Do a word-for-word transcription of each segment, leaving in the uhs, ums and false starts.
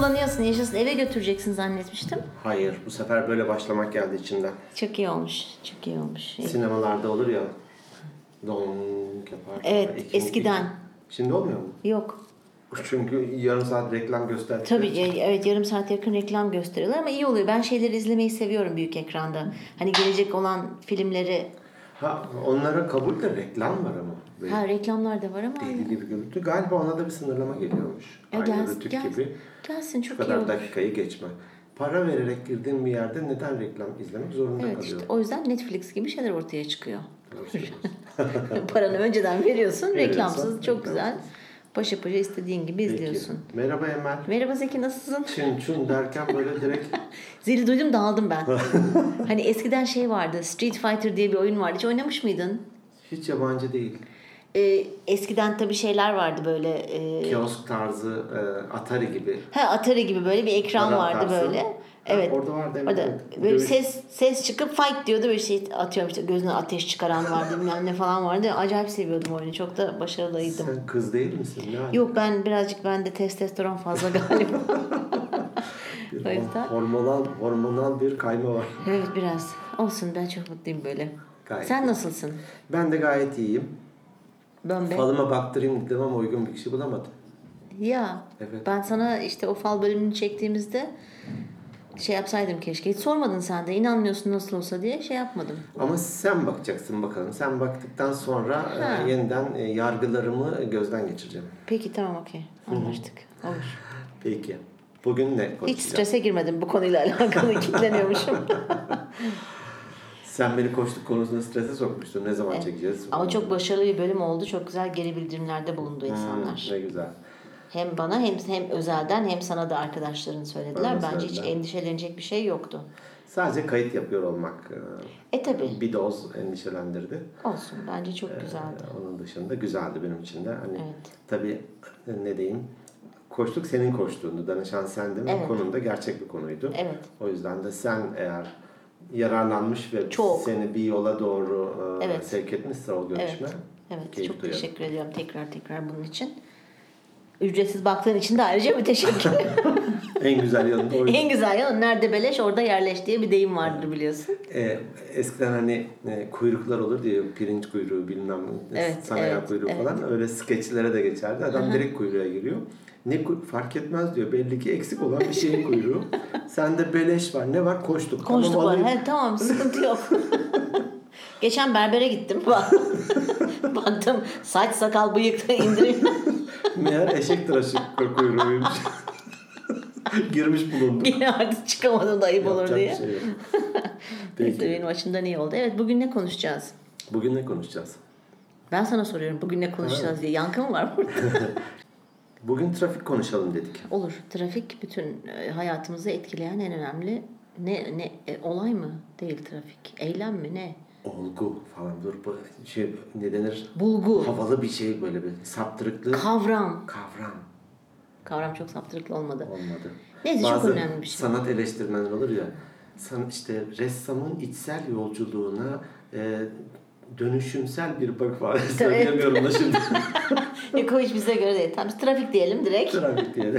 kullanıyorsun, yaşasın. Eve götüreceksin zannetmiştim. Hayır, bu sefer böyle başlamak geldi içimden. Çok iyi olmuş, çok iyi olmuş. Sinemalarda olur ya, donk yapar. Evet, İki, eskiden. iki. Şimdi olmuyor mu? Yok. Çünkü yarım saat reklam gösterdik. Tabii evet, yarım saat yakın reklam gösteriyorlar ama iyi oluyor. Ben şeyleri izlemeyi seviyorum büyük ekranda. Hani gelecek olan filmleri. Ha, onlara kabul de reklam var ama. Böyle ha reklamlar da var ama. Deli gibi görüntü. Galiba ona da bir sınırlama geliyormuş. E, Aynı gelsin, Rütük gelsin, gibi. Gelsin, çok Şu kadar iyi olur. dakikayı geçme. Para vererek girdiğin bir yerde neden reklam izlemek zorunda evet, kalıyor? işte o yüzden Netflix gibi şeyler ortaya çıkıyor. Paranı önceden veriyorsun, reklamsız, çok güzel. Paşa paşa istediğin gibi izliyorsun. Peki. Merhaba Emel. Merhaba Zeki, nasılsın? Çin çun derken böyle direkt... Zili duydum, dağıldım ben. Hani eskiden şey vardı, Street Fighter diye bir oyun vardı. Hiç oynamış mıydın? Hiç yabancı değil. Ee, eskiden tabii şeyler vardı böyle. E... Kiosk tarzı, e, Atari gibi. Ha, Atari gibi böyle bir ekran Para vardı tarzı. böyle. Evet. Ha, orada vardı. Orada Evet. böyle Dövüş. ses ses çıkıp fight diyordu, böyle şey atıyorum işte, gözüne ateş çıkaran vardı, bilmem ne falan vardı. Acayip seviyordum oyunu. Çok da başarılıydım. Sen kız değil misin? Ne Yok, ben birazcık, bende testosteron fazla galiba. bir O yüzden. hormonal hormonal bir kayma var. Evet, biraz. Olsun, ben çok mutluyum böyle. Gayet Sen iyi. nasılsın? Ben de gayet iyiyim. Ben be. Falıma baktırayım dedim ama uygun bir kişi bulamadım. Ya. Evet. Ben sana işte o fal bölümünü çektiğimizde şey yapsaydım keşke. Hiç sormadın sen de. İnanmıyorsun nasıl olsa diye şey yapmadım. Ama sen bakacaksın bakalım. Sen baktıktan sonra Ha. e, yeniden e, yargılarımı gözden geçireceğim. Peki, tamam, okey. Anlaştık. Olur. Peki. Bugün ne konuşacağız? Hiç strese girmedim bu konuyla alakalı. Kilitleniyormuşum. Sen beni koçluk konusunda strese sokmuştun. Ne zaman Evet. çekeceğiz? Ama çok başarılı bir bölüm oldu. Çok güzel geri bildirimlerde bulundu insanlar. Hmm, ne güzel. Hem bana hem hem özelden hem sana da arkadaşların söylediler. Bana Bence hiç söylediler. endişelenecek bir şey yoktu. Sadece kayıt yapıyor olmak E tabii. bir doz endişelendirdi. Olsun. Bence çok güzeldi. Ee, onun dışında güzeldi benim için de. Hani Evet. tabii ne diyeyim? Koçluk senin koçluğundu. Danışan sendin. Evet. Konun da gerçek bir konuydu. Evet. O yüzden de sen eğer yararlanmış ve Çok. seni bir yola doğru e, Evet. sevk etmişse o görüşme. Evet. Evet. keyif Çok duyarım. teşekkür ediyorum tekrar tekrar bunun için. Ücretsiz baktığın için de ayrıca bir teşekkür. En güzel yanı da oydu. En güzel yanı, nerede beleş orada yerleş diye bir deyim vardır, biliyorsun. Ee, eskiden hani e, kuyruklar olur diye, pirinç kuyruğu bilmem Evet, sanayi evet, kuyruğu evet. falan, öyle skeçlere de geçerdi. Adam Hı hı. direkt kuyruğa giriyor. Ne kuy- fark etmez diyor. Belli ki eksik olan bir şeyin kuyruğu. Sende beleş var. Ne var? Koştuk. Konuştuk Tamam, var. alayım. He, tamam, sıkıntı yok. Geçen berbere gittim. Baktım saç sakal bıyık indirim. Meğer eşek tıraşı kuyruğuymuş. Girmiş bulundum. Yine artık çıkamadım da ayıp olur Yapacak diye. bir şey yok. Neyse, Peki. benim açımdan iyi oldu. Evet, bugün ne konuşacağız? Bugün ne konuşacağız? Ben sana soruyorum bugün ne konuşacağız diye. Yankı mı var burada? Bugün trafik konuşalım dedik. Olur. Trafik bütün e, hayatımızı etkileyen en önemli ne ne e, olay mı? Değil trafik. Eylem mi ne? Olgu falan, dur bu şey ne denir? Bulgu. Havalı bir şey, böyle bir saptırıklı Kavram. kavram. Kavram çok saptırıklı olmadı. Olmadı. Neyse, çok Bazı önemli bir şey. sanat eleştirmenler olur ya. San işte ressamın içsel yolculuğuna e, dönüşümsel bir bak falan. Söyleyemiyorum da şimdi. Yok, o hiç bize göre değil. Tamam, trafik diyelim direkt. Trafik diyelim.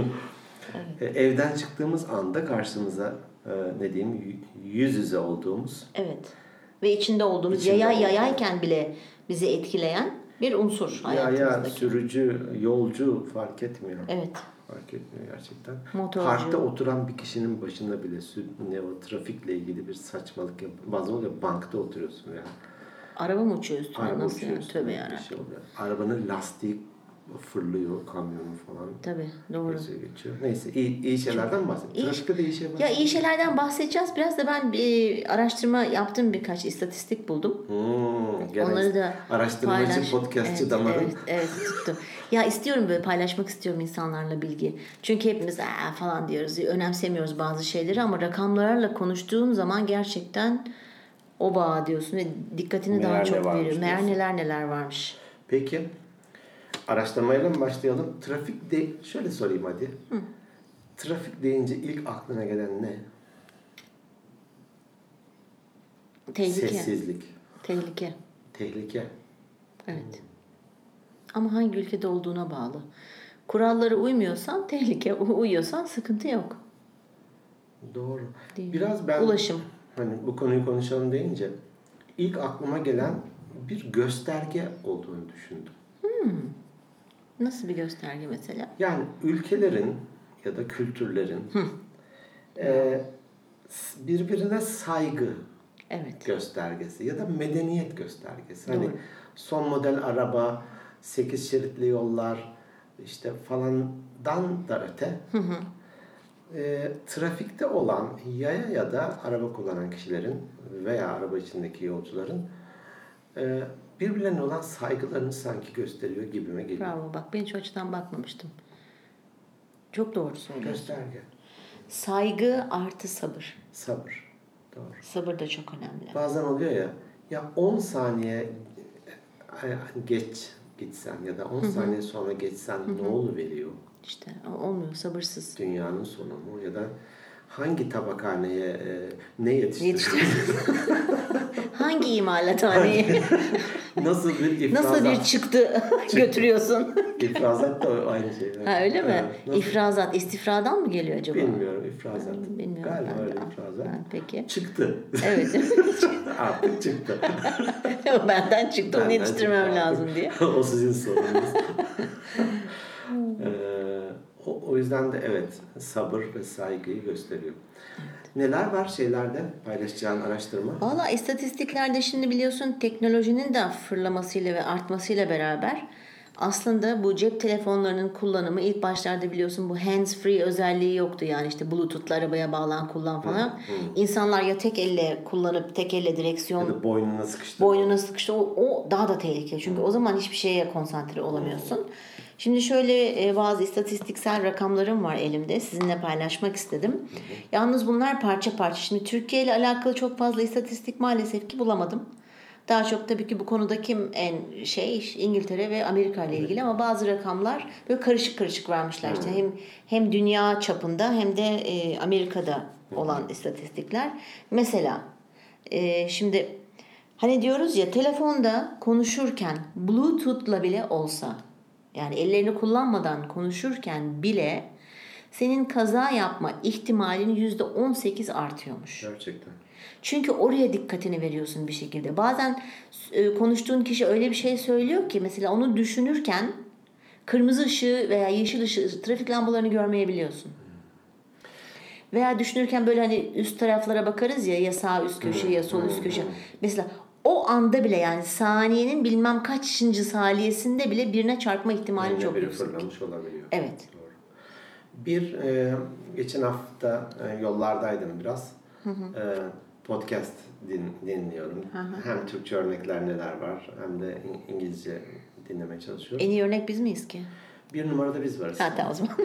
E, Evden çıktığımız anda karşımıza e, ne diyeyim y- yüz yüze olduğumuz. Evet. Ve içinde olduğumuz İçinde yaya olduğumuz. yayayken bile bizi etkileyen bir unsur Ya ya hayatımızdaki. sürücü, yolcu fark etmiyor. Evet. Fark etmiyor gerçekten. Motorcu. Parkta oturan bir kişinin başında bile sü- ne o trafikle ilgili bir saçmalık yap. Bazen oluyor, bankta oturuyorsun yani. Araba mı uçuyor üstüne? Araba Nasıl uçuyor yani? üstüne, Tövbe bir yarabbim. şey oluyor. Arabanın lastiği fırlıyor, kamyonu falan. Tabii, doğru. Geçiyor, geçiyor. Neyse, iyi, iyi şeylerden bahsedelim. İyi- Trafikte de iyi şey var. Ya iyi şeylerden bahsedeceğiz. Biraz da ben bir araştırma yaptım, birkaç istatistik buldum. Hmm, gene Onları da araştırmacı, paylaş- podcastçı evet, damarım. Evet, evet, tuttu. Ya istiyorum, böyle paylaşmak istiyorum insanlarla bilgi. Çünkü hepimiz Aa, falan diyoruz, önemsemiyoruz bazı şeyleri ama rakamlarla konuştuğun zaman gerçekten oba diyorsun ve dikkatini Neler daha ne çok varmış veriyor. Meğer diyorsun. neler neler varmış. Peki, araştırmayla mı başlayalım? Trafik de şöyle sorayım hadi. Hı. Trafik deyince ilk aklına gelen ne? Tehlike. Sessizlik, Tehlike. tehlike. Evet. Ama hangi ülkede olduğuna bağlı. Kurallara uymuyorsan tehlike, uyuyorsan sıkıntı yok. Doğru. Değil. Biraz ben Ulaşım. hani bu konuyu konuşalım deyince ilk aklıma gelen bir gösterge olduğunu düşündüm. Hmm. Nasıl bir gösterge mesela? Yani ülkelerin ya da kültürlerin e, birbirine saygı Evet. göstergesi ya da medeniyet göstergesi. Hani Doğru. son model araba, sekiz şeritli yollar işte falandan da öte Hı hı. e, trafikte olan yaya ya da araba kullanan kişilerin veya araba içindeki yolcuların e, birbirlerine olan saygılarını sanki gösteriyor gibime geliyor. Bravo, bak ben hiç o açıdan bakmamıştım. Çok doğru söylüyorsun. Gösterge. Saygı artı sabır. Sabır. Doğru. Sabır da çok önemli. Bazen oluyor ya, ya on saniye geç gitsen ya da on saniye sonra geçsen ne oluveriyor? İşte olmuyor, sabırsız. Dünyanın sonu mu? Ya da hangi tabakhaneye e, ne yetiştiriyorsun? Hangi imalathaneye? Nasıl bir ifrazat? Nasıl bir çıktı götürüyorsun? İfrazat da aynı şey. Ha, öyle mi? Evet. Nasıl? İfrazat istifradan mı geliyor acaba? Bilmiyorum, ifrazat. Ben bilmiyorum. Galiba ben öyle de. ifrazat. Ben, peki. Çıktı. Evet. Artık çıktı. O benden çıktı, onu Benden yetiştirmem çıktı lazım artık. diye. O sizin sorununuz. ee, o, o yüzden de evet, sabır ve saygıyı gösteriyor. Evet. Neler var şeylerde paylaşacağın araştırma? Valla istatistiklerde şimdi biliyorsun teknolojinin de fırlamasıyla ve artmasıyla beraber aslında bu cep telefonlarının kullanımı ilk başlarda biliyorsun bu hands free özelliği yoktu. Yani işte Bluetooth'la arabaya bağlan kullan falan. Hı, hı. İnsanlar ya tek elle kullanıp tek elle direksiyon ya da boynuna sıkıştı. Boynuna sıkıştı. O, o daha da tehlikeli. Çünkü hı. o zaman hiçbir şeye konsantre olamıyorsun. Hı. Şimdi şöyle e, bazı istatistiksel rakamlarım var elimde. Sizinle paylaşmak istedim. Hı hı. Yalnız bunlar parça parça. Şimdi Türkiye ile alakalı çok fazla istatistik maalesef ki bulamadım. Daha çok tabii ki bu konuda kim en şey İngiltere ve Amerika ile ilgili ama bazı rakamlar böyle karışık karışık vermişler. İşte hem hem dünya çapında hem de e, Amerika'da olan istatistikler. Mesela e, şimdi hani diyoruz ya telefonda konuşurken Bluetooth'la bile olsa yani ellerini kullanmadan konuşurken bile senin kaza yapma ihtimalin yüzde on sekiz artıyormuş. Gerçekten. Çünkü oraya dikkatini veriyorsun bir şekilde. Bazen e, konuştuğun kişi öyle bir şey söylüyor ki mesela onu düşünürken kırmızı ışığı veya yeşil ışığı, trafik lambalarını görmeyebiliyorsun. Veya düşünürken böyle hani üst taraflara bakarız ya ya sağ üst köşe ya sol üst köşe. Mesela o anda bile yani saniyenin bilmem kaçıncı saliyesinde bile birine çarpma ihtimali çok biri yüksek. fırlamış olabiliyor. Evet. Doğru. Bir e, geçen hafta e, yollardaydım biraz. Hı hı. E, podcast din, dinliyorum. Hı hı. Hem Türkçe örnekler neler var hem de İngilizce dinlemeye çalışıyorum. En iyi örnek biz miyiz ki? Bir numarada biz varız. Hatta o zaman.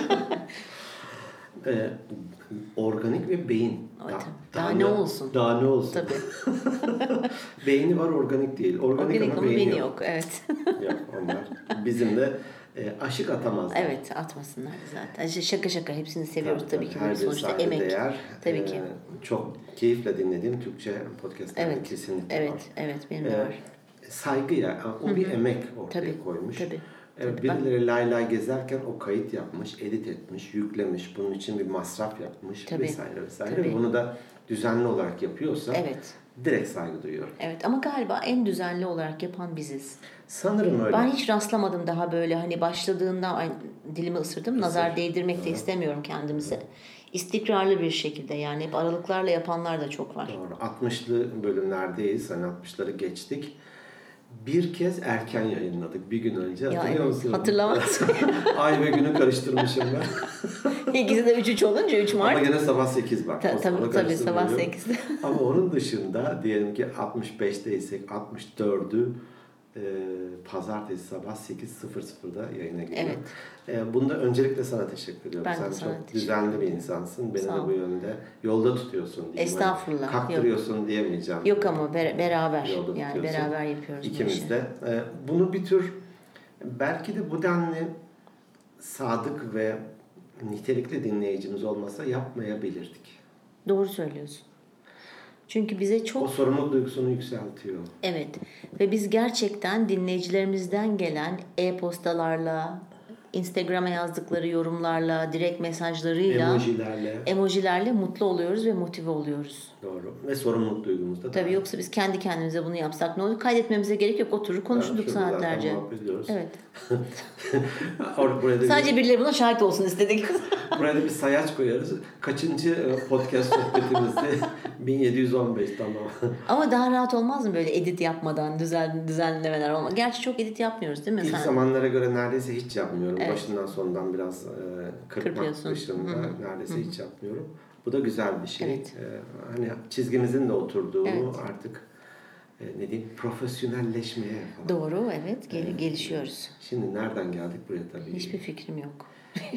Ee, organik ve beyin. Daha, daha, daha ne olsun? Daha ne olsun? Tabii. Beyni var, organik değil. Organik, organik ama, ama beyni yok. yok. Evet. Yok onlar. Bizim de e, aşık atamazlar. Evet, atmasınlar zaten. Şaka şaka hepsini seviyoruz tabii, tabii ki. Her Sonuçta emek. Değer. Tabii e, ki. Çok keyifle dinlediğim Türkçe podcastlar evet, kesinlikle evet, var. Evet, benim de e, var. Saygı ya. O Hı-hı. bir emek ortaya tabii, koymuş. Tabii. Tabii, Birileri bak. lay lay gezerken o kayıt yapmış, edit etmiş, yüklemiş, bunun için bir masraf yapmış tabii, vesaire vesaire. Tabii. Bunu da düzenli olarak yapıyorsa evet. direkt saygı duyuyorum. Evet ama galiba en düzenli olarak yapan biziz. Sanırım öyle. Ben hiç rastlamadım daha böyle hani başladığında ay, dilimi ısırdım. Isır. Nazar değdirmek de istemiyorum kendimize. Hı. İstikrarlı bir şekilde yani hep aralıklarla yapanlar da çok var. Doğru. altmışlı bölümlerdeyiz. Hani altmışları geçtik. Bir kez erken yayınladık bir gün önce. Ya Hatırlıyor evet, musun? Hatırlamaz. Ay ve günü karıştırmışım ben. İkisi de üç üç olunca üç Mart. Ama gene sabah sekiz bak. Ta, tabii tabii sabah sekizde. Ama onun dışında diyelim ki altmış beşteysek altmış dördü e, pazartesi sabah sekiz sıfır sıfırda yayına giriyor. Evet. E, bunda öncelikle sana teşekkür ediyorum. Ben Sen çok düzenli bir insansın. Beni de bu yönde yolda tutuyorsun diyeyim. Estağfurullah. Hani kaktırıyorsun Yok. diyemeyeceğim. Yok ama ber- beraber. Yolda yani beraber yapıyoruz. İkimiz de. E, bunu bir tür belki de bu denli sadık ve nitelikli dinleyicimiz olmasa yapmayabilirdik. Doğru söylüyorsun. Çünkü bize çok... O sorumluluk duygusunu yükseltiyor. Evet. Ve biz gerçekten dinleyicilerimizden gelen e-postalarla, Instagram'a yazdıkları yorumlarla, direkt mesajlarıyla, emojilerle, emojilerle mutlu oluyoruz ve motive oluyoruz. Doğru. Ve sorumluluk duygumuz da. Tabii, yoksa biz kendi kendimize bunu yapsak ne olur? Kaydetmemize gerek yok. Oturur konuşurduk saatlerce. Evet. Sadece birileri buna şahit olsun istedik. Buraya da bir sayaç koyarız. Kaçıncı podcast sohbetimizde? bin yedi yüz on beş, tamam. Ama daha rahat olmaz mı böyle edit yapmadan düzen, düzenlemeler olma? Gerçi çok edit yapmıyoruz değil mi? İlk Sen... zamanlara göre neredeyse hiç yapmıyorum. Evet. Başından sonundan biraz e, kırpmak Kırpıyorsun. dışında Hı-hı. neredeyse Hı-hı. hiç yapmıyorum. Bu da güzel bir şey. Evet. E, hani çizgimizin de oturduğu, Evet. artık e, ne diyeyim, profesyonelleşmeye falan. Doğru, evet. Gel- e, gelişiyoruz. Şimdi nereden geldik buraya tabii? Hiçbir fikrim yok.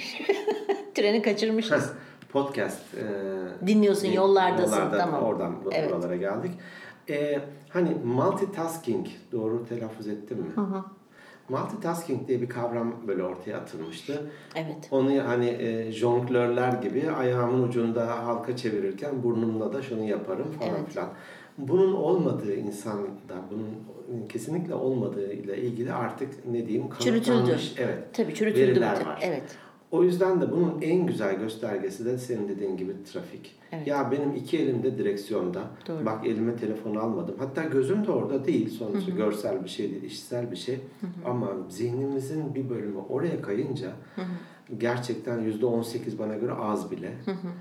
Treni kaçırmışız. Podcast. E, Dinliyorsun, din, yollardasın. Yollarda, tamam. Oradan evet. buralara geldik. E, hani multitasking, doğru telaffuz ettim mi? Hı hı. Multitasking diye bir kavram böyle ortaya atılmıştı. Evet. Onu hani e, jonglörler gibi ayağımın ucunda halka çevirirken burnumla da şunu yaparım falan evet. filan. Bunun olmadığı insanda, bunun kesinlikle olmadığı ile ilgili artık ne diyeyim, kanıtlanmış, evet, Tabii, çürütüldü veriler var. Evet. O yüzden de bunun en güzel göstergesi de senin dediğin gibi trafik. Evet. Ya benim iki elim de direksiyonda. Doğru. Bak, elime telefonu almadım. Hatta gözüm de orada değil. Sonuçta Hı-hı. görsel bir şey değil, işitsel bir şey. Hı-hı. Ama zihnimizin bir bölümü oraya kayınca Hı-hı. gerçekten yüzde on sekiz bana göre az bile.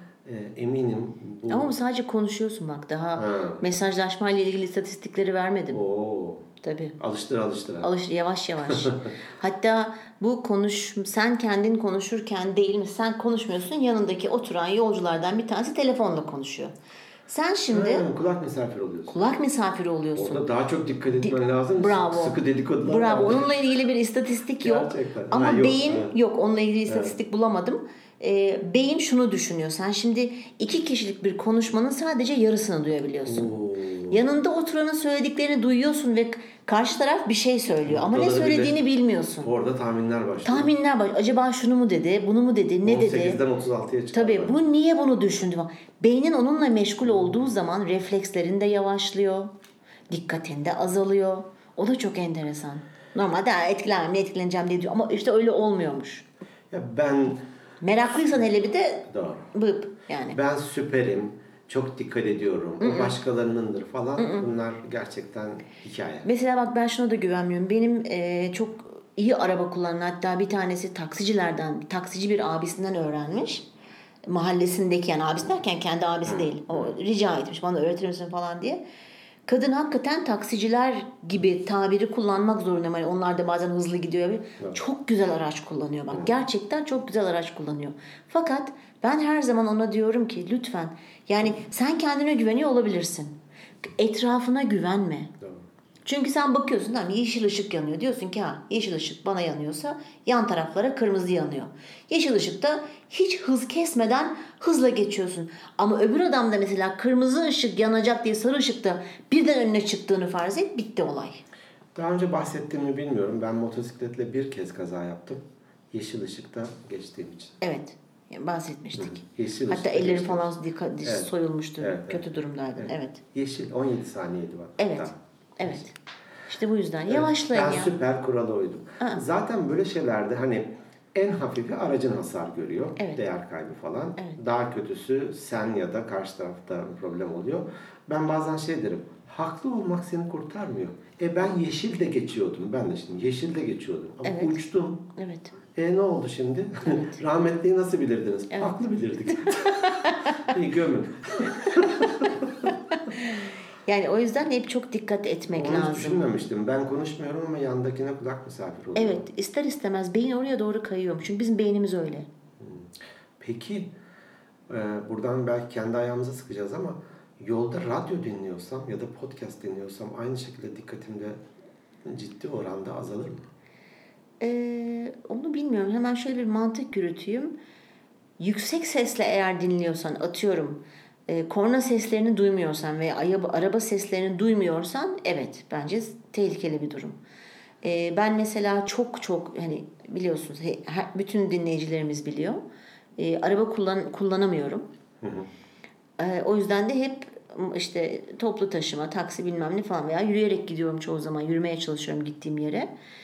E, eminim. Bu... Ama sadece konuşuyorsun bak. Daha ha. mesajlaşmayla ilgili istatistikleri vermedim. Oo. Tabii. Alıştır alıştır. Alış, yavaş yavaş. Hatta bu konuş, sen kendin konuşurken değil mi? Sen konuşmuyorsun, yanındaki oturan yolculardan bir tanesi telefonla konuşuyor. Sen şimdi ha, kulak misafiri oluyorsun. Kulak misafiri oluyorsun. Orada daha çok dikkat etmen Di- lazım. Bravo. Sıkı dedikodular. Bravo. Var. Onunla ilgili bir istatistik yok. Gerçekten. Ama ha, yok. beyin evet. yok. Onunla ilgili istatistik evet. bulamadım. Ee, beyin şunu düşünüyor. Sen şimdi iki kişilik bir konuşmanın sadece yarısını duyabiliyorsun. Oo. Yanında oturanın söylediklerini duyuyorsun ve karşı taraf bir şey söylüyor. Ama ne söylediğini bilmiyorsun. Orada tahminler başlıyor. Tahminler başlıyor. Acaba şunu mu dedi, bunu mu dedi, ne on sekizden dedi? on sekizden otuz altıya çıkar. Tabii, bu niye bunu düşündü? Beynin onunla meşgul olduğu zaman reflekslerin de yavaşlıyor. Dikkatinde azalıyor. O da çok enteresan. Normalde etkilenmem, ne etkileneceğim diye diyor. Ama işte öyle olmuyormuş. Ya ben... Meraklıysan hele bir de... Doğru. Bıp yani. Ben süperim. Çok dikkat ediyorum. Mm-mm. O başkalarınındır falan. Mm-mm. Bunlar gerçekten hikaye. Mesela bak, ben şuna da güvenmiyorum. Benim e, çok iyi araba kullanan, hatta bir tanesi taksicilerden, taksici bir abisinden öğrenmiş. Mahallesindeki, yani abisi derken kendi abisi Hı. değil. O rica etmiş, bana öğretir misin falan diye. Kadın hakikaten taksiciler gibi tabiri kullanmak zorunda. Yani onlar da bazen hızlı gidiyor. Evet. Çok güzel araç kullanıyor bak. Evet. Gerçekten çok güzel araç kullanıyor. Fakat ben her zaman ona diyorum ki lütfen, yani sen kendine güveniyor olabilirsin. Etrafına güvenme. Evet. Çünkü sen bakıyorsun, tamam, yeşil ışık yanıyor. Diyorsun ki ha, yeşil ışık bana yanıyorsa yan taraflara kırmızı yanıyor. Yeşil ışıkta hiç hız kesmeden hızla geçiyorsun. Ama öbür adam da mesela kırmızı ışık yanacak diye sarı ışıkta birden önüne çıktığını farz et, bitti olay. Daha önce bahsettiğimi bilmiyorum. Ben motosikletle bir kez kaza yaptım. Yeşil ışıkta geçtiğim için. Evet. Yani bahsetmiştik. Hı. Yeşil hatta elleri geçtim. Falan dikkat, evet. soyulmuştu. Evet, Kötü evet. durumdaydın. Evet. evet. Yeşil on yedi saniyeydi bak. Evet. Hatta. Evet. İşte bu yüzden yavaşlayın ben ya. Ben süper kurala uydum. Ha. Zaten böyle şeylerde hani en hafifi aracın hasar görüyor. Evet. Değer kaybı falan. Evet. Daha kötüsü sen ya da karşı tarafta problem oluyor. Ben bazen şey derim. Haklı olmak seni kurtarmıyor. E ben yeşil de geçiyordum. Ben de şimdi yeşil de geçiyordum. Ama evet. uçtum. Evet. E ne oldu şimdi? Evet. Rahmetliyi nasıl bilirdiniz? Evet. Haklı bilirdik. İyi gömün. Yani o yüzden hep çok dikkat etmek Onu lazım. Onu düşünmemiştim. Ben konuşmuyorum ama yandakine kulak misafir oluyor. Evet. ister istemez beyin oraya doğru kayıyormuş. Çünkü bizim beynimiz öyle. Peki buradan belki kendi ayağımıza sıkacağız ama yolda radyo dinliyorsam ya da podcast dinliyorsam aynı şekilde dikkatimde ciddi oranda azalır mı? Ee, onu bilmiyorum. Hemen şöyle bir mantık yürüteyim. Yüksek sesle eğer dinliyorsan, atıyorum e, korna seslerini duymuyorsan veya araba seslerini duymuyorsan, evet, bence tehlikeli bir durum. E, ben mesela çok çok hani biliyorsunuz, he, her, bütün dinleyicilerimiz biliyor. E, araba kullan kullanamıyorum. Hı hı. E, o yüzden de hep işte toplu taşıma, taksi bilmem ne falan veya yürüyerek gidiyorum çoğu zaman. Yürümeye çalışıyorum gittiğim yere.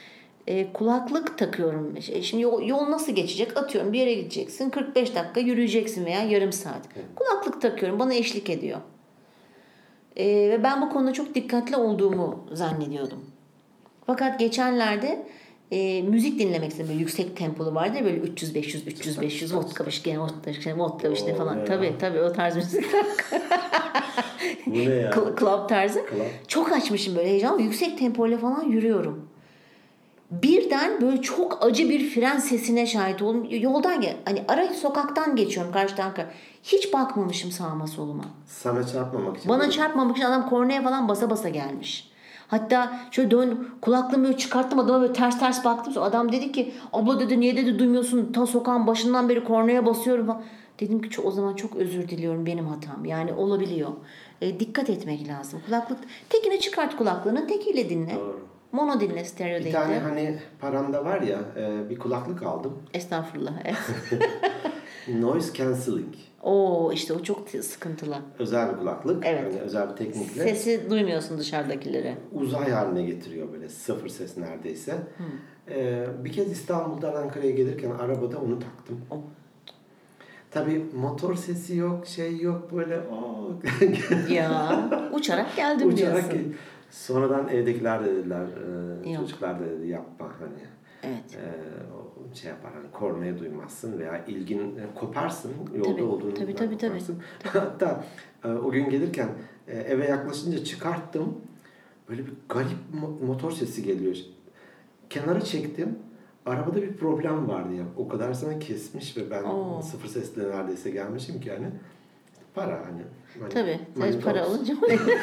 E, kulaklık takıyorum. E, şimdi yol, yol nasıl geçecek? Atıyorum bir yere gideceksin. kırk beş dakika yürüyeceksin veya yarım saat. Kulaklık takıyorum. Bana eşlik ediyor. E, ve ben bu konuda çok dikkatli olduğumu zannediyordum. Fakat geçenlerde e, müzik dinlemek istedim. Böyle yüksek tempolu vardır ya, böyle üç yüz beş yüz üç yüz beş yüz vodka işte vodka vodka işte falan. Tabii tabii o tarz müzikler. Bu ne ya? Club tarzı. Club. Çok açmışım böyle heyecanlı. Yüksek tempoyla falan yürüyorum. Birden böyle çok acı bir fren sesine şahit oldum. Yoldan gel, hani ara sokaktan geçiyorum karşıdan. Hiç bakmamışım sağıma soluma. Sana çarpmamak için. Bana çarpmamak için adam kornaya falan basa basa gelmiş. Hatta şöyle dön, kulaklığımı böyle çıkarttım, adama böyle ters ters baktım. Sonra adam dedi ki, abla dedi niye dedi duymuyorsun, ta sokağın başından beri kornaya basıyorum falan. Dedim ki o zaman çok özür diliyorum, benim hatam. Yani olabiliyor. E, dikkat etmek lazım. Kulaklık tekine çıkart kulaklığını, tekiyle dinle. Doğru. Mono dinle, stereo değil. Bir tane hani paramda var ya e, bir kulaklık aldım. Estağfurullah. Noise cancelling. Oo işte o çok sıkıntılı. Özel bir kulaklık. Evet. Yani özel bir teknikle. Sesi duymuyorsun dışarıdakileri. Uzay haline getiriyor böyle, sıfır ses neredeyse. Hmm. Ee, bir kez İstanbul'dan Ankara'ya gelirken arabada onu taktım. Oh. Tabii motor sesi yok, şey yok, böyle oh. Ya uçarak geldim uçarak diyorsun. Gel- Sonradan evdekiler de dediler, e, çocuklar da dedi yapma hani. Evet. E, o şey yapar hani, kornaya duymazsın veya ilgin e, koparsın, yolda tabii, olduğunu tabii, tabii, koparsın. Tabii. Hatta e, o gün gelirken e, eve yaklaşınca çıkarttım, böyle bir garip mo- motor sesi geliyor. Kenara çektim. Arabada bir problem vardı ya. O kadar sana kesmiş ve ben Oo. sıfır sesle neredeyse gelmişim ki yani. Para hani. Tabii. Sadece para alınca.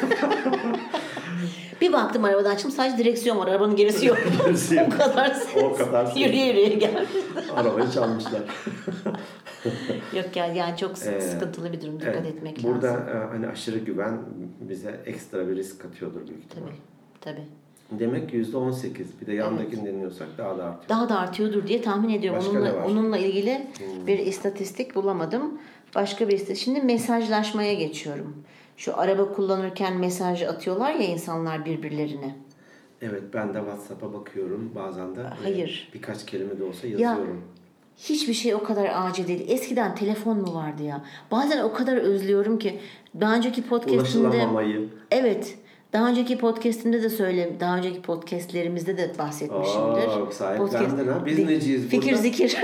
Bir baktım arabadan açtım, sadece direksiyon var. Arabanın gerisi yok. o kadar ses. O kadar ses. Yürüye yürüye gelmiş. Arabayı çalmışlar. Yok ya, yani çok ee, sıkıntılı bir durum. Dikkat evet, etmek burada lazım. Burada hani aşırı güven bize ekstra bir risk katıyordur büyük ihtimal. Tabii. Tabii. Demek ki yüzde on sekiz. Bir de yandakini evet. dinliyorsak daha da artıyor. Daha da artıyordur diye tahmin ediyorum. Başka onunla onunla ilgili hmm. bir istatistik bulamadım. Başka bir istatistik. Şimdi mesajlaşmaya geçiyorum. Şu araba kullanırken mesaj atıyorlar ya insanlar birbirlerine. Evet, ben de WhatsApp'a bakıyorum. Bazen de Hayır. E, birkaç kelime de olsa yazıyorum. Ya, hiçbir şey o kadar acil değil. Eskiden telefon mu vardı ya? Bazen o kadar özlüyorum ki. Daha önceki podcast'imde... Ulaşılamamayı. Evet. Daha önceki podcast'imde de söyle, daha önceki podcast'lerimizde de bahsetmişimdir. Oo, sahiplendin ha. Biz neciyiz Fikir burada? zikir.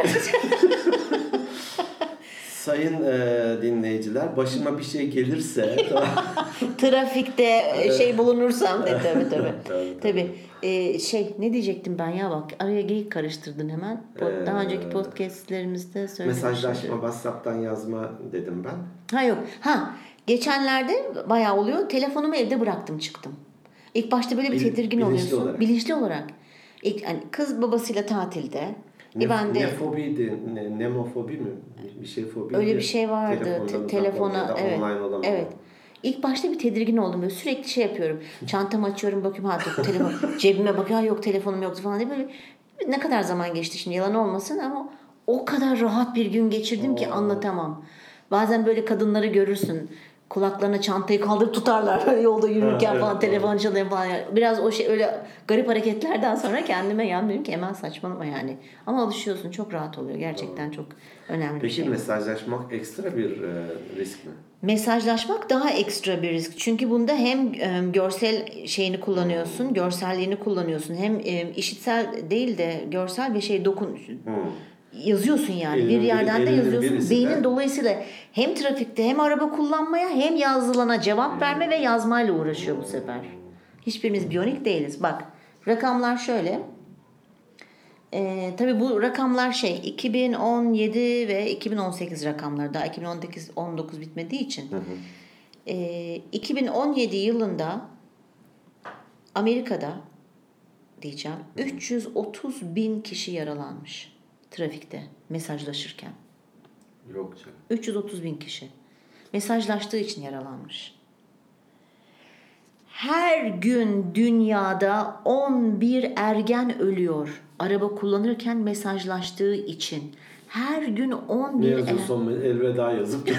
Sayın e, dinleyiciler, başıma bir şey gelirse trafikte şey bulunursam de, tabii tabii. tabii, tabii. Ee, şey ne diyecektim ben ya, bak araya geyik karıştırdın hemen. Ee, Daha önceki podcastlerimizde söylemiştim. Mesajlaşma, WhatsApp'tan yazma dedim ben. Ha yok. Ha geçenlerde bayağı oluyor. Telefonumu evde bıraktım çıktım. İlk başta böyle bir tedirgin bilinçli oluyorsun. Olarak. Bilinçli olarak. İlk, hani kız babasıyla tatilde. Ne, e ben de, nefobiydi, ne, nemofobi mi? Bir şey fobi. Öyle bir şey vardı. Te- telefona evet. Evet. İlk başta bir tedirgin oldum. Böyle sürekli şey yapıyorum. Çantamı açıyorum, bakıyorum ha telefon. Cebime bakıyorum, yok telefonum yoktu falan diye böyle. Ne kadar zaman geçti şimdi, yalan olmasın ama o kadar rahat bir gün geçirdim Oo. ki anlatamam. Bazen böyle kadınları görürsün. Kulaklarına çantayı kaldırıp tutarlar yolda yürürken ha, evet, falan, telefon çalıyor falan. Biraz o şey, öyle garip hareketlerden sonra kendime yan dedim ki hemen saçmalama yani. Ama alışıyorsun, çok rahat oluyor. Gerçekten Doğru. çok önemli Peki, bir şey. Peki mesajlaşmak ekstra bir e, risk mi? Mesajlaşmak daha ekstra bir risk. Çünkü bunda hem e, görsel şeyini kullanıyorsun, hmm. görselliğini kullanıyorsun. Hem e, işitsel değil de görsel bir şey dokun. Hmm. Yazıyorsun yani. Elinin bir yerden de yazıyorsun. Beynin dolayısıyla hem trafikte hem araba kullanmaya hem yazılana cevap hmm. verme ve yazmayla uğraşıyor bu sefer. Hiçbirimiz biyonik değiliz. Bak, rakamlar şöyle. Ee, tabii bu rakamlar şey iki bin on yedi ve iki bin on sekiz rakamları, daha iki bin on sekiz on dokuz bitmediği için. Hı hı. Ee, iki bin on yedi yılında Amerika'da diyeceğim üç yüz otuz bin kişi yaralanmış trafikte mesajlaşırken. Yok canım. üç yüz otuz bin kişi mesajlaştığı için yaralanmış. Her gün dünyada on bir ergen ölüyor araba kullanırken mesajlaştığı için. Her gün on bir ne yazıyor er... son elveda yazıp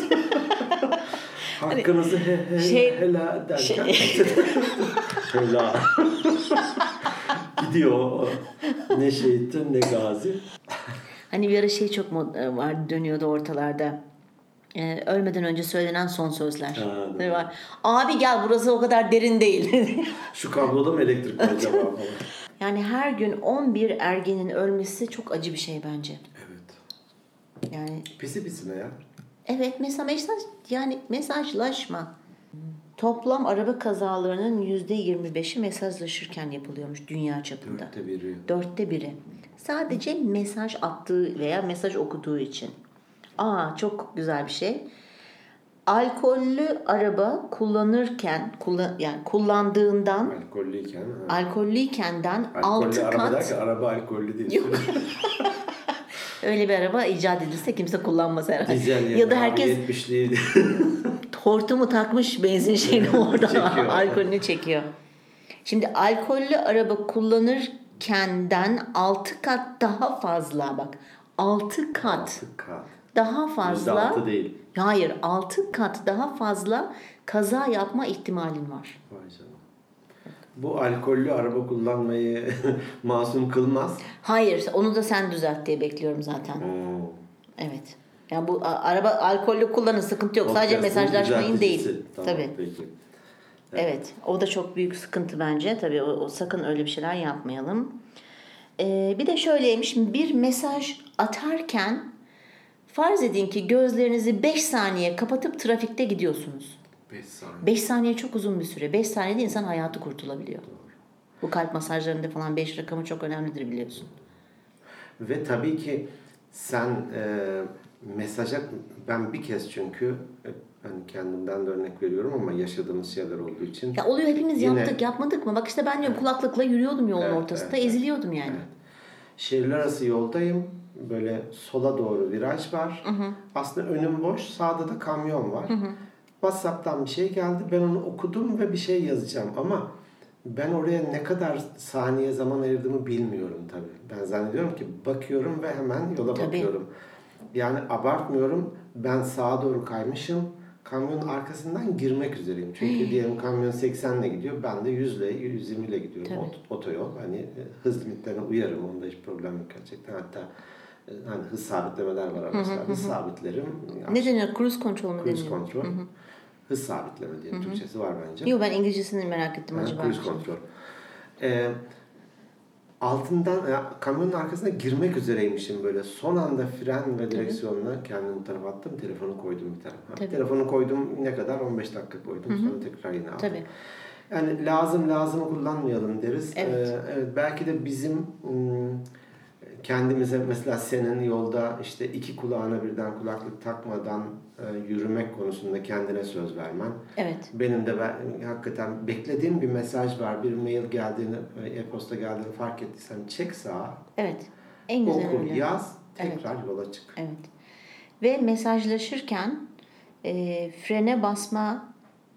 hakkınızı he, he, şey, hela derken şey... hela gidiyor. Ne şehittir ne gazi. Hani bir ara şey çok mod- vardı, dönüyordu ortalarda. Ee, ölmeden önce söylenen son sözler. Ha, Ne var? Abi gel, burası o kadar derin değil. Şu kabloda mı elektrik var acaba falan. Yani her gün on bir ergenin ölmesi çok acı bir şey bence. Evet. Yani Pisi pisine ya. evet, mesela mesaj, yani mesajlaşma. Toplam araba kazalarının yüzde yirmi beşi mesajlaşırken yapılıyormuş dünya çapında. Dörtte biri. Dörtte biri. Sadece mesaj attığı veya mesaj okuduğu için. Aa, çok güzel bir şey. Alkollü araba kullanırken, kullan, yani kullandığından, Alkollüyken. Ha. alkollüykenden Alkollü altı araba kat. derken araba alkollü değil. Yok. Öyle bir araba icat edilse kimse kullanmaz herhalde. Dizel Ya da herkes yetmişli hortumu takmış, benzin şeyini orada Çekiyor. alkolünü çekiyor. Şimdi alkollü araba kullanırkenden altı kat daha fazla, bak altı kat, altı kat. daha yüzde fazla. altı değil. Hayır, altı kat daha fazla kaza yapma ihtimalin var. Vay canına. Bu alkollü araba kullanmayı masum kılmaz. Hayır, onu da sen düzelt diye bekliyorum zaten. Hmm. Evet. Yani bu a- araba alkollü kullanın, sıkıntı yok. Sadece Podcast'ın mesajlaşmayın değil. düzelticisi. Tamam, Tabii. peki. Evet. evet. O da çok büyük sıkıntı bence. Tabii o, o sakın öyle bir şeyler yapmayalım. Ee, bir de şöyleymiş. Bir mesaj atarken farz edin ki gözlerinizi beş saniye kapatıp trafikte gidiyorsunuz. beş saniye. beş saniye çok uzun bir süre. beş saniyede insan hayatı kurtulabiliyor. Doğru. Bu kalp masajlarında falan beş rakamı çok önemlidir, biliyorsun. Ve tabii ki sen e, mesaja, ben bir kez çünkü e, hani kendimden de örnek veriyorum ama yaşadığımız şeyler olduğu için. Ya oluyor, hepimiz yine, yaptık, yapmadık mı? Bak işte ben diyorum, kulaklıkla yürüyordum yolun evet, ortasında, evet, eziliyordum yani. Evet. Şehirler arası yoldayım. Böyle sola doğru viraj var. Hı hı. Aslında önüm boş. Sağda da kamyon var. Hı hı. WhatsApp'tan bir şey geldi. Ben onu okudum ve bir şey yazacağım ama ben oraya ne kadar saniye zaman ayırdığımı bilmiyorum tabii. Ben zannediyorum ki bakıyorum ve hemen yola tabii. bakıyorum. Yani abartmıyorum. Ben sağa doğru kaymışım. Kamyonun arkasından girmek üzereyim. Çünkü diyelim kamyon seksenle gidiyor. Ben de yüzle, yüz yirmi ile gidiyorum. Ot, otoyol. Hani hız limitlerine uyarım. Onda hiç problem yok gerçekten. Hatta hani hız sabitlemeler var araçlarda. Hız sabitlerim. Ne deniyor? Cruise control mu Cruise deniyor? control. Hı hı. Hız sabitleme diye Türkçesi var bence. Yok, ben İngilizcesini merak ettim, yani acaba. Cruise control. Ee, altından, ya, kamyonun arkasına girmek üzereymişim böyle. Son anda fren ve direksiyonla kendimi bu tarafa attım. Telefonu koydum bir tarafa. Telefonu koydum ne kadar? on beş dakika koydum. Hı-hı. Sonra tekrar yine aldım. Tabii. Yani lazım lazımı kullanmayalım deriz. Evet. Ee, evet, belki de bizim ım, kendimize, mesela senin yolda işte iki kulağına birden kulaklık takmadan e, yürümek konusunda kendine söz vermen. Evet. Benim de ben, hakikaten beklediğim bir mesaj var, bir mail geldiğini, e-posta geldiğini fark ettiysem çek sağa. Evet. En güzel oku, öyle. yaz, tekrar evet. yola çık. Evet. Ve mesajlaşırken e, frene basma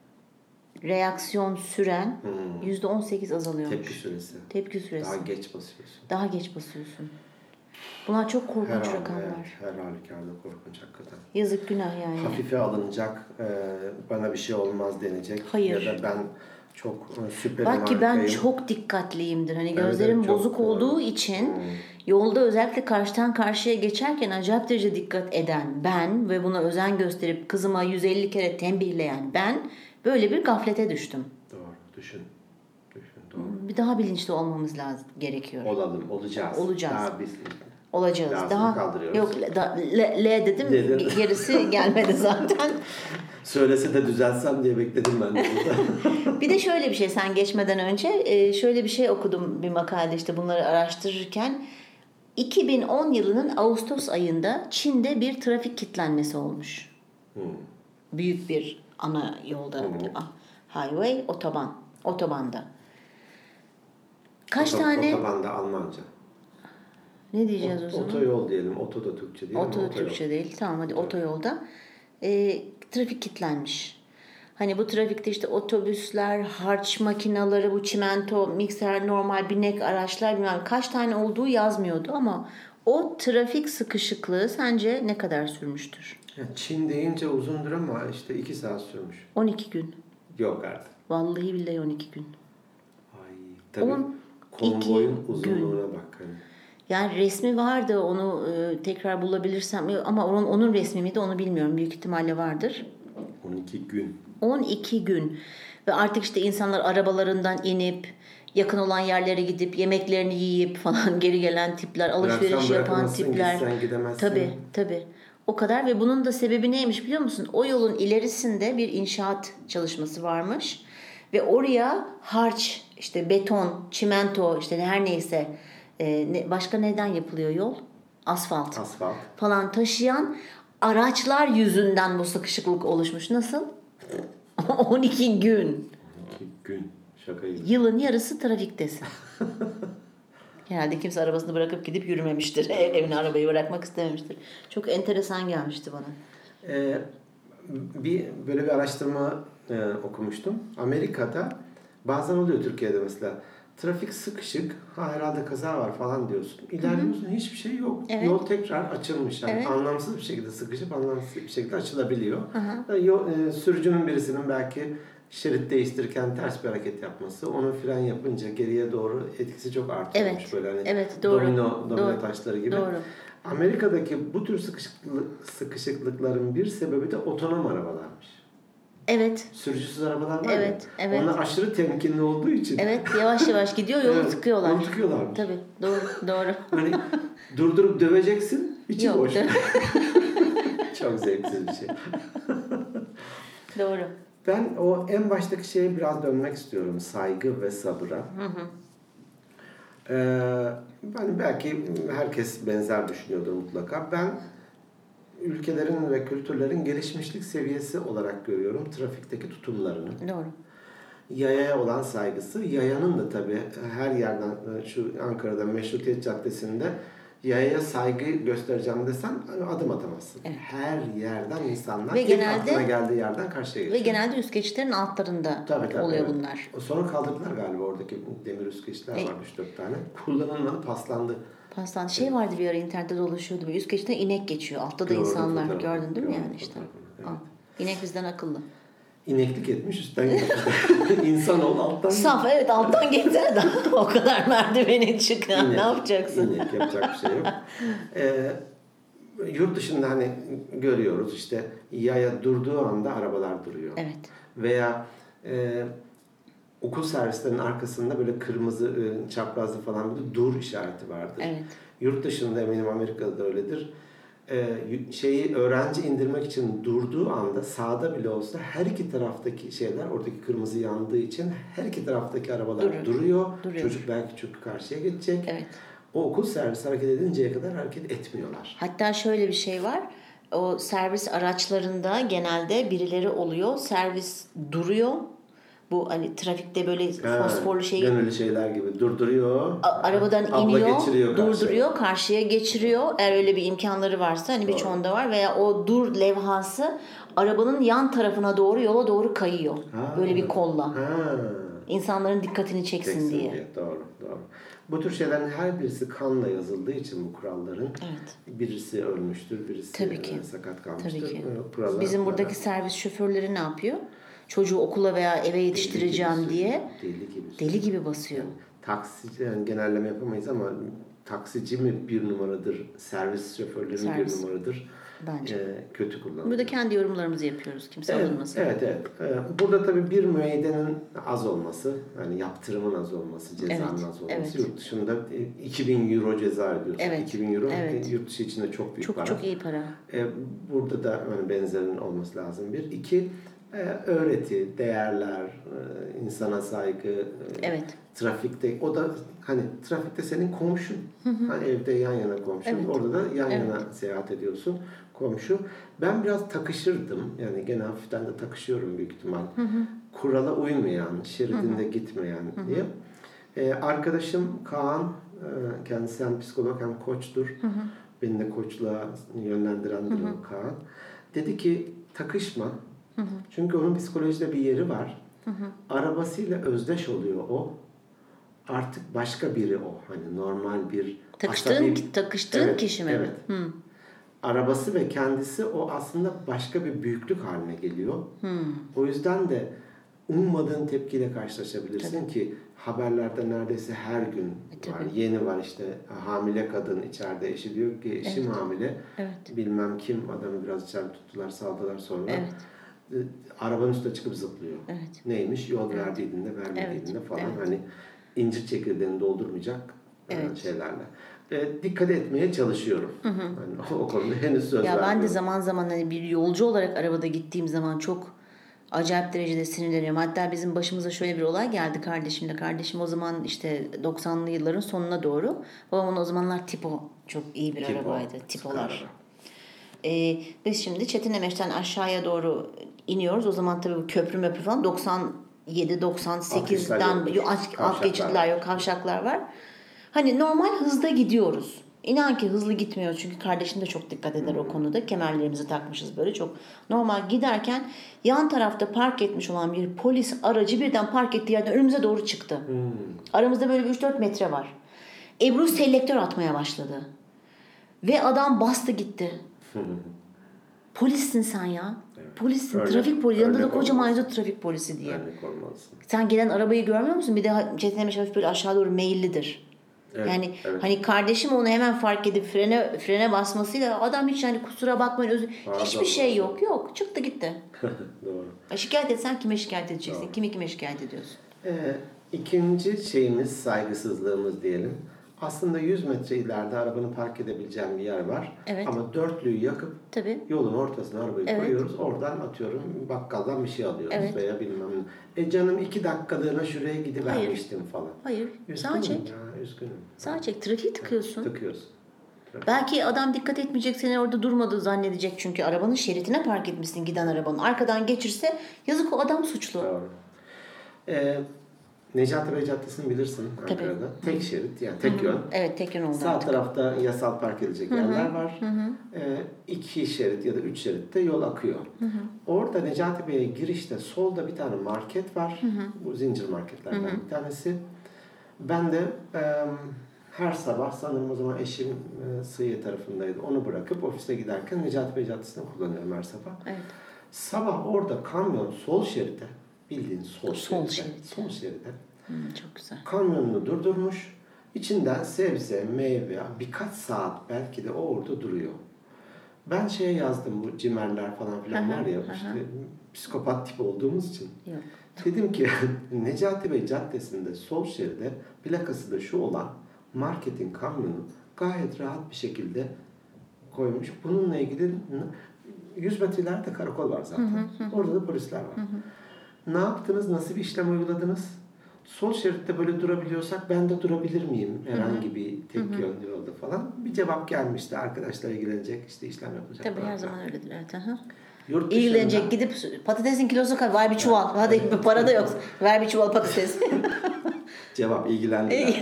reaksiyon süren hmm. yüzde on sekiz azalıyormuş. Tepki süresi. Tepki süresi. Daha geç basıyorsun. Daha geç basıyorsun. Bunlar çok korkunç her rakamlar. Evet, her halükarda korkunç hakikaten. Yazık, günah yani. Hafife alınacak, e, bana bir şey olmaz denecek. Hayır. Ya da ben çok süper Bak ki ben çok dikkatliyimdir. Hani evet, gözlerim evet, bozuk çok, olduğu evet. için hmm. yolda özellikle karşıdan karşıya geçerken acayip derece dikkat eden ben ve buna özen gösterip kızıma yüz elli kere tembihleyen ben böyle bir gaflete düştüm. Doğru, düşün. Düşün, doğru. Bir daha bilinçli olmamız lazım, gerekiyor. Olalım, olacağız. Olacağız. Daha biz olacağız. Lazım Daha kaldırıyoruz. yok da, L, L dedim, Dedin. gerisi gelmedi zaten. Söylese de düzeltsem diye bekledim ben de burada. Bir de şöyle bir şey, sen geçmeden önce şöyle bir şey okudum bir makalede, işte bunları araştırırken. iki bin on yılının Ağustos ayında Çin'de bir trafik kilitlenmesi olmuş. Hmm. Büyük bir ana yolda, hmm. highway, otoban, otobanda. Kaç Oto, tane? Otobanda Almanca. Ne diyeceğiz o, o zaman? Otoyol diyelim. Oto da Türkçe değil Oto ama otoyol. Türkçe değil. Tamam, hadi otoyol. Otoyolda e, trafik kilitlenmiş. Hani bu trafikte işte otobüsler, harç makineleri, bu çimento, mikser, normal binek araçlar, bilmem kaç tane olduğu yazmıyordu ama o trafik sıkışıklığı sence ne kadar sürmüştür? Ya Çin deyince uzundur ama işte iki saat sürmüş. on iki gün. Yok artık. Vallahi billahi on iki gün. Ay, tabii konvoyun uzunluğuna bak. Hani. Yani resmi vardı, onu e, tekrar bulabilirsem ama onun, onun resmi miydi onu bilmiyorum. Büyük ihtimalle vardır. on iki gün. on iki gün. Ve artık işte insanlar arabalarından inip yakın olan yerlere gidip yemeklerini yiyip falan geri gelen tipler, alışveriş Bıraksan yapan bırakamazsın, tipler. gitsen gidemezsin. Tabii tabii. O kadar ve bunun da sebebi neymiş biliyor musun? O yolun ilerisinde bir inşaat çalışması varmış. Ve oraya harç, işte beton, çimento, işte her neyse e, ne, başka neden yapılıyor yol? Asfalt. Asfalt. Falan taşıyan araçlar yüzünden bu sıkışıklık oluşmuş. Nasıl? on iki gün. on iki gün. Şaka gibi. Yılın yarısı trafiktesin. Herhalde kimse arabasını bırakıp gidip yürümemiştir. Ev, evine arabayı bırakmak istememiştir. Çok enteresan gelmişti bana. Ee, bir böyle bir araştırma e, okumuştum. Amerika'da bazen oluyor Türkiye'de mesela. Trafik sıkışık, ha herhalde kaza var falan diyorsun. İlerliyorsun, hiçbir şey yok. Evet. Yol tekrar açılmış. Yani Evet. anlamsız bir şekilde sıkışıp anlamsız bir şekilde açılabiliyor. Yani yol, e, sürücünün birisinin belki şerit değiştirirken ters bir hareket yapması, onun fren yapınca geriye doğru etkisi çok artıyormuş. Evet. Böyle hani Evet, doğru. domino, domino Doğru. taşları gibi. Doğru. Amerika'daki bu tür sıkışıklık, sıkışıklıkların bir sebebi de otonom arabalarmış. Evet. Sürücüsüz arabalar var Evet, ya. evet. Onlar aşırı temkinli olduğu için. Evet, yavaş yavaş gidiyor, yolu Evet, tıkıyorlar. Yolu tıkıyorlarmış. Tabii, doğru, doğru. Hani durdurup döveceksin, içi Yok, boş. değil mi? Çok zevksiz bir şey. Doğru. Ben o en baştaki şeye biraz dönmek istiyorum. Saygı ve sabıra. Hı hı. Ee, ben belki herkes benzer düşünüyordur mutlaka. Ben ülkelerin ve kültürlerin gelişmişlik seviyesi olarak görüyorum trafikteki tutumlarını. Doğru. Yayaya olan saygısı. Yayanın da tabii her yerden, şu Ankara'da Meşrutiyet Caddesi'nde yayaya saygı göstereceğim desen adım atamazsın. Evet. Her yerden insanlar Ve ilk genelde- aklına geldiği yerden karşıya geçiyor. Ve genelde üst geçitlerin altlarında Tabii, tabii, oluyor evet. bunlar. Sonra kaldırdılar galiba, oradaki demir üst geçitler E- var üç dört tane. Kullanılmadı, paslandı. Pastan şey vardı bir ara internette dolaşıyordu. Bir üst geçitten inek geçiyor. Altta da Gördüm insanlar. fotoğrafını, Gördün değil mi gördüm yani işte? fotoğrafını, evet. Al. İnek bizden akıllı. İneklik etmiş, üstten gitmiş. İnsan ol, alttan Saf evet alttan gitsene de o kadar merdiveni çık. İnek, Ne yapacaksın? İnek, yapacak bir şey yok. Ee, yurt dışında hani görüyoruz işte yaya durduğu anda arabalar duruyor. Evet. Veya e, okul servislerinin arkasında böyle kırmızı e, çaprazlı falan bir dur işareti vardır. Evet. Yurt dışında eminim Amerika'da da öyledir. Ee, şeyi öğrenci indirmek için durduğu anda sağda bile olsa her iki taraftaki şeyler, oradaki kırmızı yandığı için her iki taraftaki arabalar Durur. duruyor. Duruyor. Çocuk belki çünkü karşıya geçecek. Evet. O okul servisi hareket edinceye kadar hareket etmiyorlar. Hatta şöyle bir şey var. O servis araçlarında genelde birileri oluyor. Servis duruyor. Bu hani trafikte böyle Ha, fosforlu şeyi gönüllü şeyler gibi durduruyor. a- arabadan Abla iniyor, geçiriyor karşıya. durduruyor, karşıya geçiriyor. Eğer öyle bir imkanları varsa hani birçoğunda var veya o dur levhası arabanın yan tarafına doğru yola doğru kayıyor. Ha. Böyle bir kolla. Ha. İnsanların dikkatini çeksin, Çeksin diye. diye. Doğru, doğru. Bu tür şeylerin her birisi kanla yazıldığı için bu kuralların Evet. birisi ölmüştür, birisi Tabii ki. sakat kalmıştır. Tabii ki. Bu kurallar- Bizim buradaki servis şoförleri ne yapıyor? Çocuğu okula veya eve yetiştireceğim Deli gibi diye sürüyor, deli gibi deli gibi basıyor. Yani taksici, yani genelleme yapamayız ama taksici mi bir numaradır, servis şoförleri mi Servis. bir numaradır? Bence. Ee, kötü kullanılıyor. Burada kendi yorumlarımızı yapıyoruz. Kimse Evet, alınmasın. evet, evet. Ee, Burada tabii bir müeyyidenin az olması, yani yaptırımın az olması, cezanın Evet, az olması. evet. Yurt dışında e, iki bin euro ceza ödüyorsun. Evet, iki bin euro evet. e, yurt dışı için de çok büyük Çok para. çok iyi para. Ee, Burada da yani benzerinin olması lazım bir. İki, e, öğreti, değerler, e, insana saygı, e, Evet. trafikte, o da hani trafikte senin komşun. Hani evde yan yana komşun, Evet. orada da yan Evet. yana seyahat ediyorsun komşu. Ben biraz takışırdım. Yani gene hafiften de takışıyorum büyük ihtimal. Kurala uymayan, şeridinde gitmeyen diye. Ee, arkadaşım Kaan, e, kendisi hem psikolog hem koçtur. Beni de koçluğa yönlendirendir o Kaan. Dedi ki takışma. Çünkü onun psikolojide bir yeri var. Arabasıyla özdeş oluyor o. Artık başka biri o. Hani normal bir Takıştığın, asabi- takıştığın Evet, kişi mi? Evet. Hı. Arabası ve kendisi o aslında başka bir büyüklük haline geliyor. Hı. O yüzden de ummadığın tepkiyle karşılaşabilirsin Tabii. ki haberlerde neredeyse her gün E, var. tabii. Yeni var işte hamile kadın içeride eşi diyor ki eşim Evet. hamile. Evet. Bilmem kim adamı biraz içeride tuttular saldılar sonra. Evet. E, Arabanın üstüne çıkıp zıplıyor. Evet. Neymiş? Yol Evet. verdiğinde vermediğinde Evet. falan. Evet. Hani incir çekirdeğini doldurmayacak e, Evet. şeylerle. E, dikkat etmeye çalışıyorum. Hı hı. Yani o, o konuda henüz söz Ya vermiyorum. ben de zaman zaman hani bir yolcu olarak arabada gittiğim zaman çok acayip derecede sinirleniyorum. Hatta bizim başımıza şöyle bir olay geldi kardeşimle. Kardeşim o zaman işte doksanlı yılların sonuna doğru. Babamın o zamanlar Tipo çok iyi bir Tipo, arabaydı. süper Tipolar. araba. Ee, biz şimdi Çetinemeş'ten aşağıya doğru iniyoruz. O zaman tabii bu köprü möprü falan doksan yedi doksan sekizden Alkışlar yok. alt Kavşaklar geçitler var. yok, kavşaklar var. Hani normal hızda gidiyoruz. İnan ki hızlı gitmiyoruz çünkü kardeşim de çok dikkat eder o konuda. Kemerlerimizi takmışız böyle çok normal giderken yan tarafta park etmiş olan bir polis aracı birden park ettiği yerden önümüze doğru çıktı. Hmm. Aramızda böyle bir üç dört metre var. Ebru selektör atmaya başladı. Ve adam bastı gitti. Polissin sen ya. Evet. Polissin. Örnek- trafik polisi. Yanında da örnek kocaman olmalısın. yazıyor trafik polisi diye. Örnek olmalısın. Sen gelen arabayı görmüyor musun? Bir de Çetinemeş hafif böyle aşağı doğru meyillidir. Evet, Yani evet. hani kardeşim onu hemen fark edip frene frene basmasıyla adam hiç hani kusura bakmayın özür Pardon. hiçbir şey yok. Yok. Çıktı gitti. Doğru. E, şikayet etsen kime şikayet edeceksin? Doğru. Kimi kime şikayet ediyorsun? Ee, ikinci şeyimiz saygısızlığımız diyelim. Aslında yüz metre ileride arabanı park edebileceğim bir yer var. Evet. Ama dörtlüyü yakıp Tabii. yolun ortasına arabayı Evet. koyuyoruz. Oradan atıyorum bakkaldan bir şey alıyoruz Evet. veya bilmem ne. E canım iki dakikalığına şuraya gidivermiştim falan. Hayır. Üzgünüm Sağa çek. ya üzgünüm. Sağa çek. Trafiği tıkıyorsun. Tıkıyorsun. Belki adam dikkat etmeyecek, seni orada durmadı zannedecek çünkü arabanın şeridine park etmişsin giden arabanın. Arkadan geçirse yazık o adam suçlu. Doğru. Ee, Necati Bey Caddesi'ni bilirsin Tabii. Ankara'da. Tek şerit yani tek yön. Evet tek yön oldu Sağ artık. tarafta yasal park edilecek yerler var. Ee, iki şerit ya da üç şeritte yol akıyor. Hı hı. Orada Necati Bey'e girişte solda bir tane market var. Hı hı. Bu zincir marketlerden hı hı. bir tanesi. Ben de e, her sabah sanırım o zaman eşim e, Sığıye tarafındaydı. Onu bırakıp ofise giderken Necati Bey Caddesi'ni kullanıyorum her sabah. Evet. Sabah orada kamyon sol şeride, bildiğin sol, Sol şeride, şeride. sol şeride Hmm, çok güzel. kamyonunu durdurmuş. İçinden sebze, meyve, birkaç saat belki de o orada duruyor. Ben şeye yazdım bu cimerler falan filan Aha, var ya aha. işte psikopat tip olduğumuz için. Yok. Dedim ki Necati Bey Caddesi'nde sol şeride plakası da şu olan marketin kamyonu gayet rahat bir şekilde koymuş. Bununla ilgili yüz metre ileride karakol var zaten. Hı hı hı. Orada da polisler var. Hı hı. Ne yaptınız? Nasıl bir işlem uyguladınız? Sol şeritte böyle durabiliyorsak ben de durabilir miyim? Herhangi hı hı. bir tek hı hı. yönlü yolda falan. Bir cevap gelmişti. Arkadaşlar ilgilenecek, işte işlem yapılacak. Tabii her zaman öyledir. Evet. Aha. Yurt İlgilenecek gidip patatesin kilosu kadar ver bir çuval. Hadi para da yok. Ver bir çuval patates. Cevap ilgilendiler.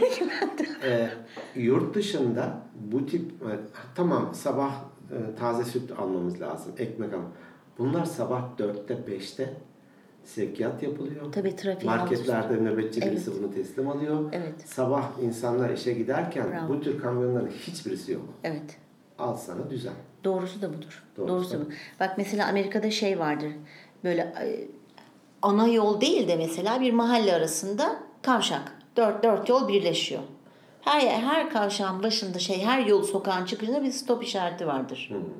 e, yurt dışında bu tip e, tamam sabah e, taze süt almamız lazım. Ekmek almamız. Bunlar sabah dörtte beşte sevkiyat yapılıyor. Tabii trafiği marketlerde nöbetçi evet. birisi bunu teslim alıyor. Evet. Sabah insanlar işe giderken Bravo. bu tür kamyonların hiçbirisi yok. Evet. Al sana düzen. Doğrusu da budur. Doğrusu, Doğrusu da. bu. Bak mesela Amerika'da şey vardır. Böyle e, ana yol değil de mesela bir mahalle arasında kavşak. Dört, dört yol birleşiyor. Her yer, her kavşağın başında şey, her yol sokağın çıkışında bir stop işareti vardır. Hmm.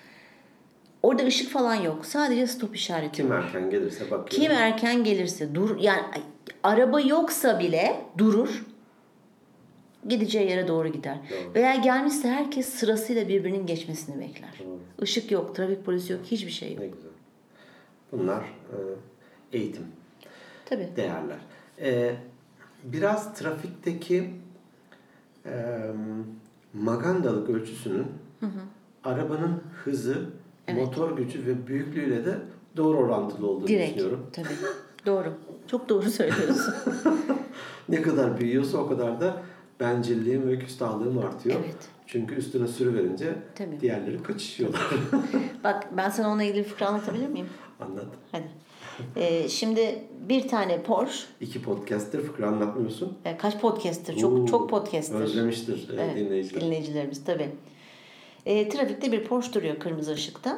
Orada ışık falan yok. Sadece stop işareti Kim var. erken gelirse bakıyor. Kim erken gelirse dur yani araba yoksa bile durur. Gideceği yere doğru gider. Doğru. Veya gelmişse herkes sırasıyla birbirinin geçmesini bekler. Doğru. Işık yok, trafik polisi yok, hiçbir şey yok. Ne güzel. Bunlar e, eğitim. Tabii. Değerler. E, biraz trafikteki e, magandalık ölçüsünün hı hı. arabanın hızı, evet. motor gücü ve büyüklüğüyle de doğru orantılı olduğunu Direkt, düşünüyorum. tabii. Doğru. Çok doğru söylüyorsun. Ne kadar büyüyorsa o kadar da bencilliğim ve küstahlığım artıyor. Evet. Çünkü üstüne sürüverince tabii. diğerleri kaçışıyorlar. Bak ben sana onunla ilgili bir fıkra anlatabilir miyim? Anlat. Hadi. Ee, şimdi bir tane Porsche. İki podcast'tir fıkra anlatmıyorsun. E, kaç podcast'tir? Çok Oo, çok podcast'tir. Özlemiştir evet, dinleyiciler. Dinleyicilerimiz tabii. E, trafikte bir Porsche duruyor kırmızı ışıkta.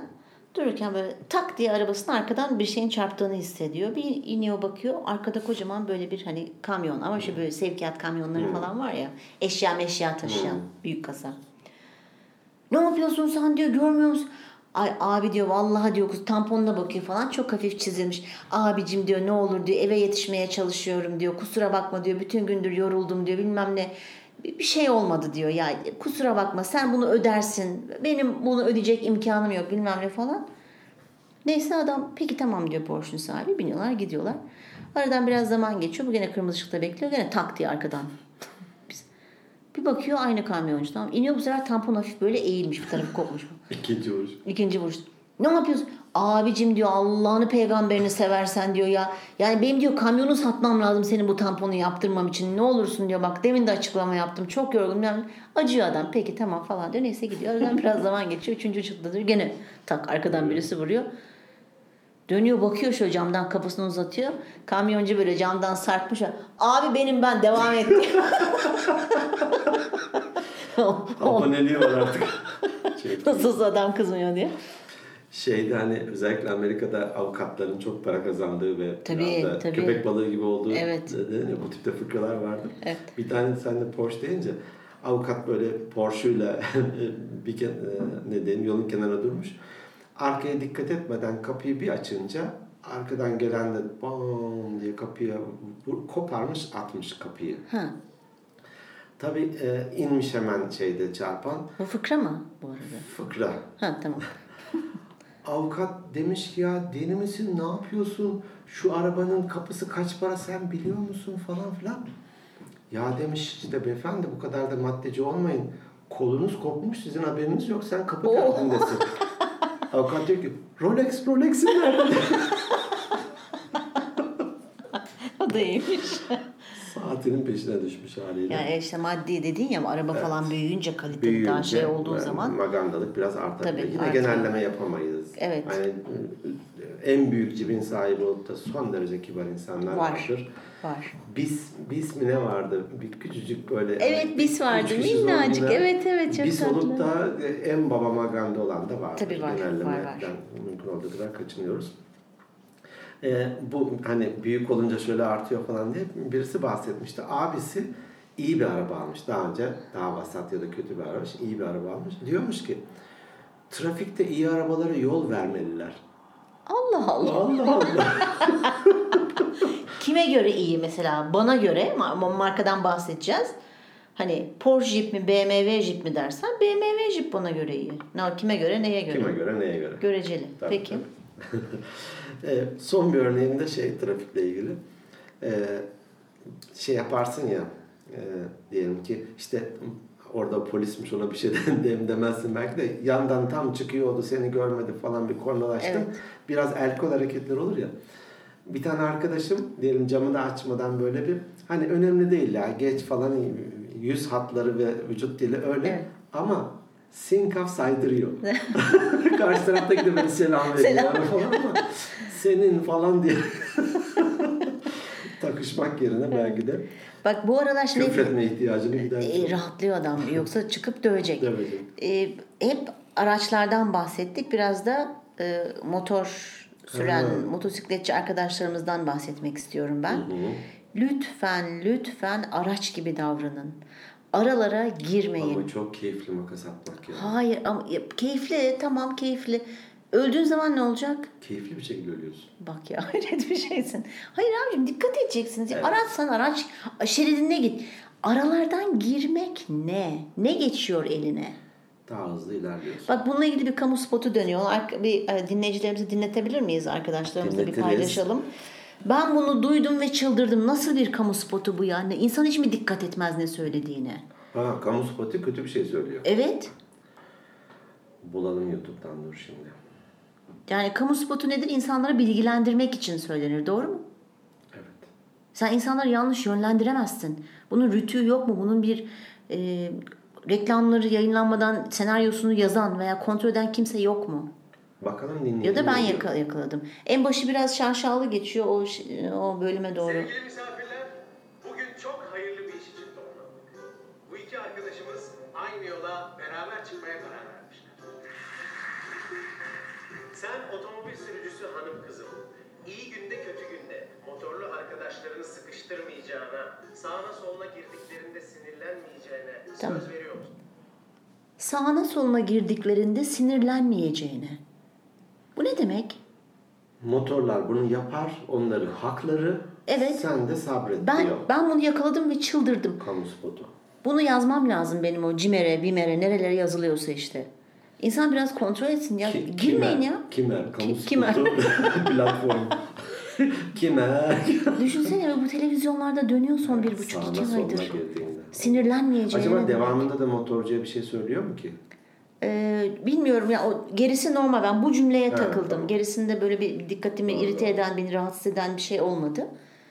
Dururken böyle tak diye arabasının arkadan bir şeyin çarptığını hissediyor. Bir iniyor bakıyor. Arkada kocaman böyle bir hani kamyon ama şu böyle sevkiyat kamyonları Hmm. falan var ya. Eşya meşya taşıyan Hmm. büyük kasa. Ne yapıyorsun sen diyor, görmüyor musun? Ay abi diyor, vallahi diyor, kız tamponuna bakıyor falan, çok hafif çizilmiş. Abicim diyor, ne olur diyor, eve yetişmeye çalışıyorum diyor. Kusura bakma diyor, bütün gündür yoruldum diyor, bilmem ne. Bir şey olmadı diyor ya, kusura bakma, sen bunu ödersin. Benim bunu ödeyecek imkanım yok bilmem ne falan. Neyse adam peki tamam diyor, Porsche'un sahibi. Biniyorlar gidiyorlar. Aradan biraz zaman geçiyor. Bu gene kırmızı ışıkta bekliyor. Gene tak diye arkadan. Bir bakıyor aynı kamyoncu, tamam. İniyor, bu sefer tampon hafif böyle eğilmiş, bir tarafı kopmuş. İkinci vuruş. İkinci vuruş. Ne yapıyorsun? Abicim diyor, Allah'ını peygamberini seversen diyor ya. Yani benim diyor kamyonu satmam lazım senin bu tamponu yaptırmam için. Ne olursun diyor, bak demin de açıklama yaptım. Çok yorgunum. Yani acıyor adam. Peki tamam falan diyor. Neyse gidiyor. Aradan biraz zaman geçiyor. Üçüncü çıktı diyor. Gene tak arkadan birisi vuruyor. Dönüyor bakıyor, şöyle camdan kafasını uzatıyor. Kamyoncu böyle camdan sarkmış. Abi benim ben, devam et diyor. Aboneliği var artık. Nasılsa adam kızmıyor diye. Şeyde hani özellikle Amerika'da avukatların çok para kazandığı ve tabii, biraz da tabii. köpek balığı gibi olduğu, evet. de, bu tipte fıkralar vardır. Evet. Bir tane sen de Porsche deyince avukat böyle Porsche'yla bir ke- ne diyeyim, yolun kenarına durmuş. Arkaya dikkat etmeden kapıyı bir açınca arkadan gelen de bam diye kapıya vur, koparmış atmış kapıyı. Ha. Tabii e, inmiş hemen şeyde çarpan. Bu fıkra mı bu arada? Fıkra. Ha tamam. Avukat demiş ki ya deli misin, ne yapıyorsun? Şu arabanın kapısı kaç para sen biliyor musun falan filan. Ya demiş işte beyefendi, bu kadar da maddeci olmayın. Kolunuz kopmuş, sizin haberiniz yok, sen kapı derdindesin. Avukat diyor ki Rolex Rolex'in nerede? O da iyiymiş. Saatinin peşine düşmüş haliyle. Yani işte maddi dedin ya, araba Evet. falan büyüyünce, kaliteli Büyüyünce, daha şey olduğu yani zaman. magandalık biraz artar. Tabii, Yine artıyor. genelleme yapamayız. Evet. Yani en büyük cibin sahibi olup da son derece kibar insanlar Var. vardır. Var. Bis, bis mi ne vardı? Bir küçücük böyle. Evet, bis vardı. Minnacık. Evet evet, çok bis tatlı. olup da en baba maganda olan da vardır. Tabii var, Genellemeden var, var. mümkün olduğu kadar kaçınıyoruz. Ee, bu hani büyük olunca şöyle artıyor falan diye birisi bahsetmişti. Abisi iyi bir araba almış. Daha önce daha vasat ya da kötü bir araba almış. İyi bir araba almış. Diyormuş ki trafikte iyi arabalara yol vermeliler. Allah Allah. Allah Allah. Kime göre iyi mesela? Bana göre, markadan bahsedeceğiz. Hani Porsche Jeep mi, B M W Jeep mi dersen, B M W Jeep bana göre iyi. Ne, kime göre, neye göre? Kime göre, neye göre? Göreceli. Tabii, Peki. tabii. e, son bir örneğim de şey, trafikle ilgili. E, şey yaparsın ya, e, diyelim ki işte orada polismiş, ona bir şey de demezsin belki de, yandan tam çıkıyordu, seni görmedi falan, bir kornalaştı. Evet. Biraz el kol hareketler olur ya. Bir tane arkadaşım diyelim camını açmadan böyle bir, hani önemli değil ya, geç falan, yüz hatları ve vücut dili öyle, evet. Ama sinkaf saydırıyor. Karşı taraftaki de böyle selam veriyor selam. Falan ama senin falan diye takışmak yerine belki de bak bu aralar şimdi küfretme ihtiyacını gidersin. E, rahatlıyor adam, yoksa çıkıp dövecek. e, hep araçlardan bahsettik, biraz da e, motor süren ha. motosikletçi arkadaşlarımızdan bahsetmek istiyorum ben. Hı hı. Lütfen lütfen araç gibi davranın. Aralara girmeyin. Ama çok keyifli makas atmak ya. Hayır ama keyifli, tamam keyifli. Öldüğün zaman ne olacak? Keyifli bir şekilde ölüyorsun. Bak ya, hayret bir şeysin. Hayır abicim, dikkat edeceksiniz. Evet. Araçsan araç şeridine git. Aralardan girmek ne? Ne geçiyor eline? Daha hızlı ilerliyorsun. Bak bununla ilgili bir kamu spotu dönüyor. Bir dinleyicilerimizi dinletebilir miyiz? Arkadaşlarımızla bir paylaşalım. Ben bunu duydum ve çıldırdım. Nasıl bir kamu spotu bu yani? İnsan hiç mi dikkat etmez ne söylediğine? Ha, kamu spotu kötü bir şey söylüyor. Evet. Bulalım YouTube'dan, dur şimdi. Yani kamu spotu nedir? İnsanları bilgilendirmek için söylenir. Doğru mu? Evet. Sen insanları yanlış yönlendiremezsin. Bunun rütüğü yok mu? Bunun bir e, reklamları yayınlanmadan senaryosunu yazan veya kontrol eden kimse yok mu? Bakalım dinleyelim. Ya da ben yaka- yakaladım. En başı biraz şaşalı geçiyor o o bölüme doğru. Sevgili misafirler, bugün çok hayırlı bir iş için toplandık. Bu iki arkadaşımız aynı yola beraber çıkmaya karar vermişler. Sen otomobil sürücüsü hanım kızım. İyi günde kötü günde motorlu arkadaşlarını sıkıştırmayacağına, sağına soluna girdiklerinde sinirlenmeyeceğine Tamam. söz veriyor musun? Sağına soluna girdiklerinde sinirlenmeyeceğine. Bu ne demek? Motorlar bunu yapar, onları hakları, Evet. sen de sabret Ben diyor. ben bunu yakaladım ve çıldırdım. Kamu spotu. Bunu yazmam lazım benim o CİMER'e, BİMER'e, nerelere yazılıyorsa işte. İnsan biraz kontrol etsin ya. Ki- Girmeyin kimer, ya. Kimer, kamu Ki- kimer. spotu platform. Kimer. Düşünsene bu televizyonlarda dönüyor son bir buçuk Sağına iki soluna aydır. girdiğinde. Sinirlenmeyeceğine. Acaba demek. devamında da motorcuya bir şey söylüyor mu ki? Ee, bilmiyorum ya o gerisi normal. Ben bu cümleye Evet, takıldım. tamam. Gerisinde böyle bir dikkatimi Doğru, irite doğru. eden, beni rahatsız eden bir şey olmadı.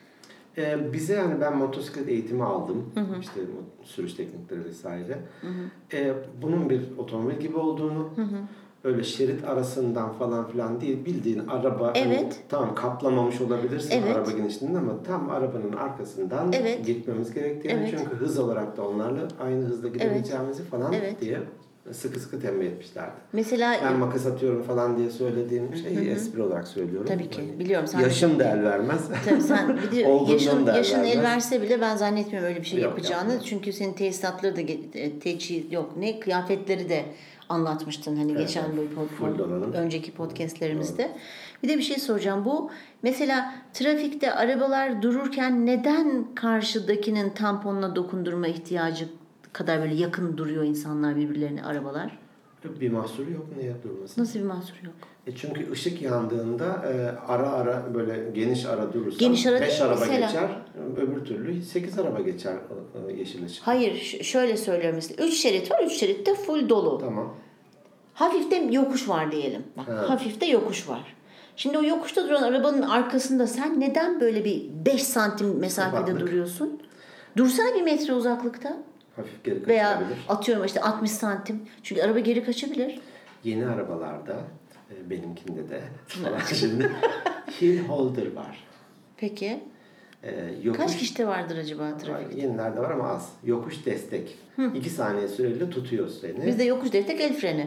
Ee, bize yani ben motosiklet eğitimi aldım. Hı hı. İşte mo- sürüş teknikleri vesaire. Hı hı. Ee, bunun bir otomobil gibi olduğunu, hı hı. öyle şerit arasından falan filan değil, bildiğin araba. Evet. Hani, tamam kaplamamış olabilirsin Evet. araba genişliğinde ama tam arabanın arkasından Evet. gitmemiz gerektiğini, Evet. çünkü hız olarak da onlarla aynı hızda gidebileceğimizi falan Evet. diye sıkı sıkı tembih etmişlerdi. Mesela Ben makas atıyorum falan diye söylediğim şeyi Hı hı. espri olarak söylüyorum. tabii ki Yani biliyorum sen yaşım da el vermez. Tabii sen bir de Olgunluğum yaşın, da el yaşın el vermez. verse bile ben zannetmiyorum öyle bir şey Yok, yapacağını. yapmam. Çünkü senin tesisatları da ge- teçhiz yok ne kıyafetleri de anlatmıştın hani Evet, geçen evet. bu pod- Full donanım. önceki podcastlerimizde. Bir de bir şey soracağım. Bu mesela trafikte arabalar dururken neden karşıdakinin tamponuna dokundurma ihtiyacı kadar böyle yakın duruyor insanlar birbirlerine arabalar? Bir mahsuru yok niye durmasın? Nasıl bir mahsur yok? E çünkü ışık yandığında e, ara ara böyle geniş ara durursan Geniş ara beş değil araba mesela. geçer, öbür türlü sekiz araba geçer e, yeşil ışık. Hayır ş- şöyle söylüyorum mesela. Üç şerit var. Üç şerit de full dolu. Tamam. Hafifte yokuş var diyelim. Bak, Ha. hafifte yokuş var. Şimdi o yokuşta duran arabanın arkasında sen neden böyle bir beş santim mesafede Uzaklık. duruyorsun? Dursana bir metre uzaklıkta. Hafif geri Veya kaçabilir. atıyorum işte altmış santim. Çünkü araba geri kaçabilir. Yeni arabalarda e, benimkinde de falan şimdi hill holder var. Peki. E, yokuş, Kaç kişide vardır acaba trafikte? Yenilerde var ama az. Yokuş destek. iki saniye süreyle tutuyor seni. Bizde yokuş destek el freni.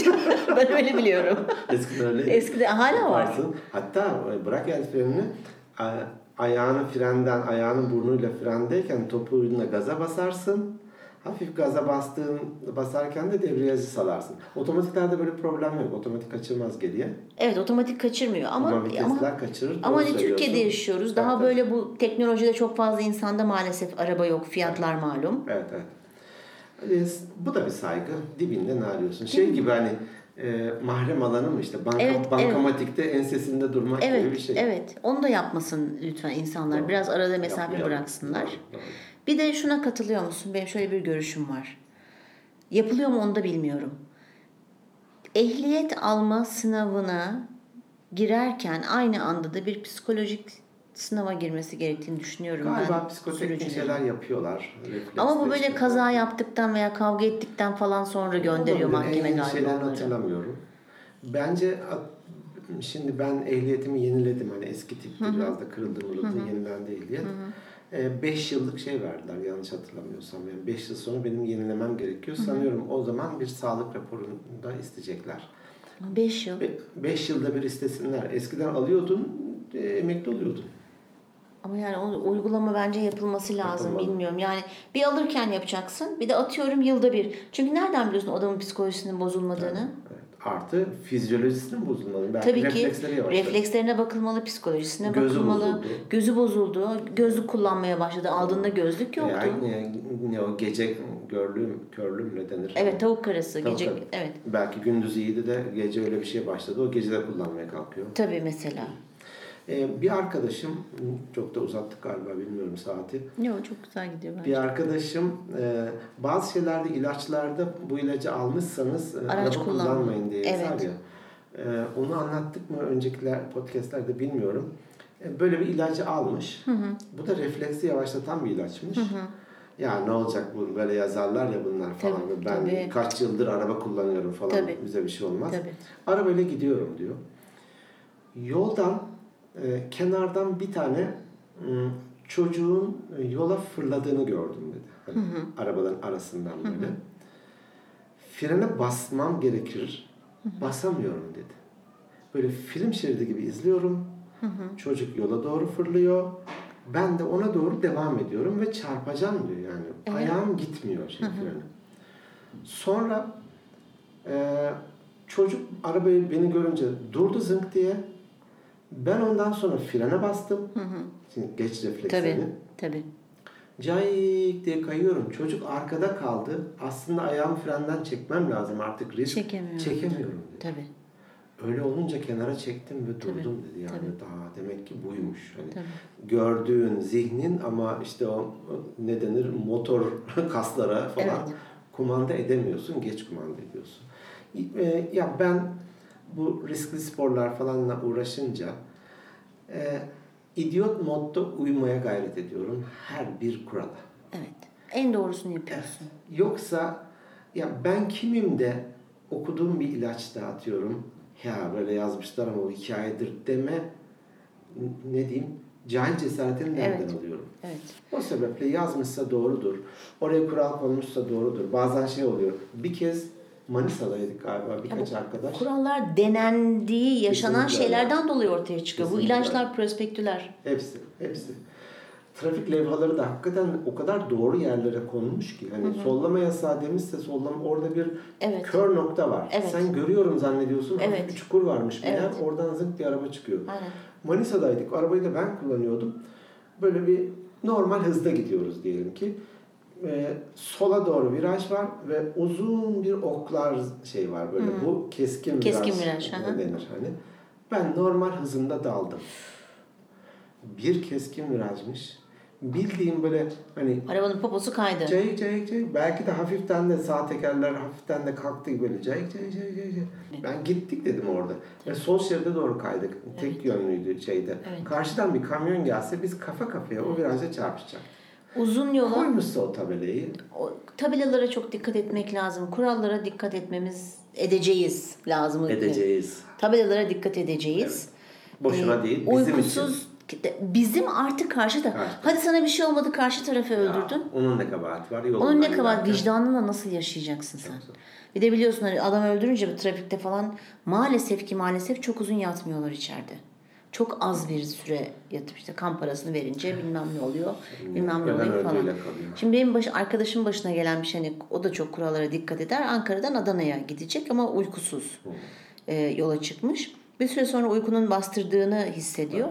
Ben öyle biliyorum. Eskiden öyle. Eskide hala var. yaparsın. Hatta bırak el frenini, a- ayağını frenden, ayağının burnuyla frendeyken topuğunla gaza basarsın. Hafif gaza bastığın, basarken de debriyajı salarsın. Otomatiklerde böyle problem yok. Otomatik kaçırmaz geriye. Evet otomatik kaçırmıyor ama Ama ama, vitesler kaçırır. ama Doğru hani Türkiye'de söylüyorsun. yaşıyoruz. Daha Evet, böyle bu teknolojide çok fazla insanda maalesef araba yok. Fiyatlar malum. Evet evet. E, Bu da bir saygı. Dibinde ne arıyorsun? Şey gibi hani e, mahrem alanı mı işte? Banka, Evet, bankamatikte ensesinde durmak Evet, gibi bir şey. evet. Onu da yapmasın lütfen insanlar. Doğru. Biraz arada mesafe Yapmayalım. bıraksınlar. Doğru, doğru. Bir de şuna katılıyor musun? Benim şöyle bir görüşüm var. Yapılıyor mu onu da bilmiyorum. Ehliyet alma sınavına girerken aynı anda da bir psikolojik sınava girmesi gerektiğini düşünüyorum Galiba ben. psikoteknik sürücülerin. şeyler yapıyorlar. Ama bu böyle Refleksler kaza işte. yaptıktan veya kavga ettikten falan sonra gönderiyor Olabilir. mahkeme En yeni galiba şeylerini onları. hatırlamıyorum. Bence at- şimdi ben ehliyetimi yeniledim. Hani eski tipti biraz da kırıldı mırıldı. Yenilendi ehliyet. beş yıllık şey verdiler yanlış hatırlamıyorsam. Yani beş yıl sonra benim yenilemem gerekiyor. Sanıyorum o zaman bir sağlık raporunda isteyecekler. Beş yıl. beş yılda bir istesinler. Eskiden alıyordun, e, emekli oluyordun. Ama yani o uygulama bence yapılması lazım. Yapılmalı. Bilmiyorum. Yani bir alırken yapacaksın. Bir de atıyorum yılda bir. Çünkü nereden biliyorsun adamın psikolojisinin bozulmadığını? Evet. Artı fizyolojisinin bozulmalı. Belki Tabii ki refleksleri yavaşladı. reflekslerine bakılmalı, psikolojisine Gözü bakılmalı. bozuldu. Gözü bozuldu. Gözlük kullanmaya başladı. Aldığında gözlük yoktu. Yani ne, ne o gece görlüğüm, körlüğüm ne denir? Evet tavuk karası. Tavuk gece karası. evet. Belki gündüz iyiydi de gece öyle bir şey başladı. O gece de kullanmaya kalkıyor. Tabii mesela. Ee, bir arkadaşım, çok da uzattık galiba bilmiyorum saati. Yok çok güzel gidiyor bence. Bir arkadaşım e, bazı şeylerde ilaçlarda bu ilacı almışsanız e, Araç araba kullanma. kullanmayın diye yazar Evet. ya. E, onu anlattık mı öncekiler podcastlerde bilmiyorum. E, böyle bir ilacı almış. Hı hı. Bu da refleksi yavaşlatan bir ilaçmış. Hı hı. Ya ne olacak bu böyle yazarlar ya bunlar falan. Tabii, ben tabii. kaç yıldır araba kullanıyorum falan. Tabii. Bize bir şey olmaz. Tabii. Arabayla gidiyorum diyor. Yoldan e, kenardan bir tane m, çocuğun e, yola fırladığını gördüm dedi. Hani Hı hı. arabaların arasından böyle. Frene basmam gerekir. Basamıyorum dedi. Böyle film şeridi gibi izliyorum. Hı hı. Çocuk yola doğru fırlıyor. Ben de ona doğru devam ediyorum ve çarpacağım diyor yani. Evet. Ayağım gitmiyor şey freni. Sonra e, çocuk arabayı beni görünce durdu zınk diye. Ben ondan sonra frene bastım. Hı hı. Şimdi geç refleksini. Tabii, tabii. Cayık diye kayıyorum. Çocuk arkada kaldı. Aslında ayağımı frenden çekmem lazım artık risk. Çekemiyorum. Çekemiyorum dedi. Tabii. Öyle olunca kenara çektim ve Tabii, durdum dedi. Yani tabii. daha demek ki buymuş. Hani tabii. gördüğün zihnin ama işte o ne denir motor kaslara falan evet. kumanda edemiyorsun. Geç kumanda ediyorsun. Ya ben bu riskli sporlar falanla uğraşınca e, idiot modda uymaya gayret ediyorum. Her bir kurala. Evet. En doğrusunu yapıyorsun. Evet. Yoksa ya ben kimim de okuduğum bir ilaç dağıtıyorum. Ya böyle yazmışlar ama o hikayedir deme ne diyeyim cahil cesaretini nereden evet. alıyorum? Evet. O sebeple yazmışsa doğrudur. Oraya kural konmuşsa doğrudur. Bazen şey oluyor. Bir kez Manisa'daydık galiba birkaç arkadaş. Kurallar denendiği, yaşanan Kesinlikle şeylerden öyle. Dolayı ortaya çıkıyor. Kesinlikle. Bu ilaçlar, prospektüler. Hepsi, hepsi. Trafik levhaları da hakikaten o kadar doğru yerlere konmuş ki. Hani hı hı. sollama yasağı demişse sollama orada bir evet. kör nokta var. Evet. Sen görüyorum zannediyorsun. Evet. Hafif bir çukur varmış. Evet. Meğer oradan zık bir araba çıkıyor. Aynen. Manisa'daydık. Arabayı da ben kullanıyordum. Böyle bir normal hızda gidiyoruz diyelim ki. Ee, sola doğru viraj var ve uzun bir oklar şey var böyle. Hmm. Bu keskin, keskin viraj, viraj denir hani. Ben normal hızında daldım. Bir keskin virajmış. Bildiğim böyle hani arabanın poposu kaydı. Cayık cayık cayık. Belki de hafiften de sağ tekerler hafiften de kalktı böyle cayık cayık cayık cayık. Evet. Ben gittik dedim orada. Evet. Ve sol şeride doğru kaydık. Evet. Tek yönlüydü şeyde. Evet. Karşıdan bir kamyon gelse biz kafa kafaya evet. o viraja çarpışacak. Uzun yola koymuşsa o tabelayı. O tabelalara çok dikkat etmek lazım. Kurallara dikkat etmemiz edeceğiz lazım. Edeceğiz. Tabelalara dikkat edeceğiz. Evet. Boşuna ee, değil. Bizim uykusuz için. Bizim artık karşıda. Karşı. Hadi sana bir şey olmadı, karşı tarafı ya, öldürdün. Onun ne kabahati var? Onun ne kabahati? Vicdanınla nasıl yaşayacaksın sen? Yoksa. Bir de biliyorsun hani adam öldürünce trafikte falan maalesef ki maalesef çok uzun yatmıyorlar içeride. Çok az bir süre yatıp işte kan parasını verince bilmem ne oluyor, bilmem ne oluyor falan. Şimdi benim baş, arkadaşımın başına gelen bir şey, hani o da çok kurallara dikkat eder. Ankara'dan Adana'ya gidecek ama uykusuz e, yola çıkmış. Bir süre sonra uykunun bastırdığını hissediyor.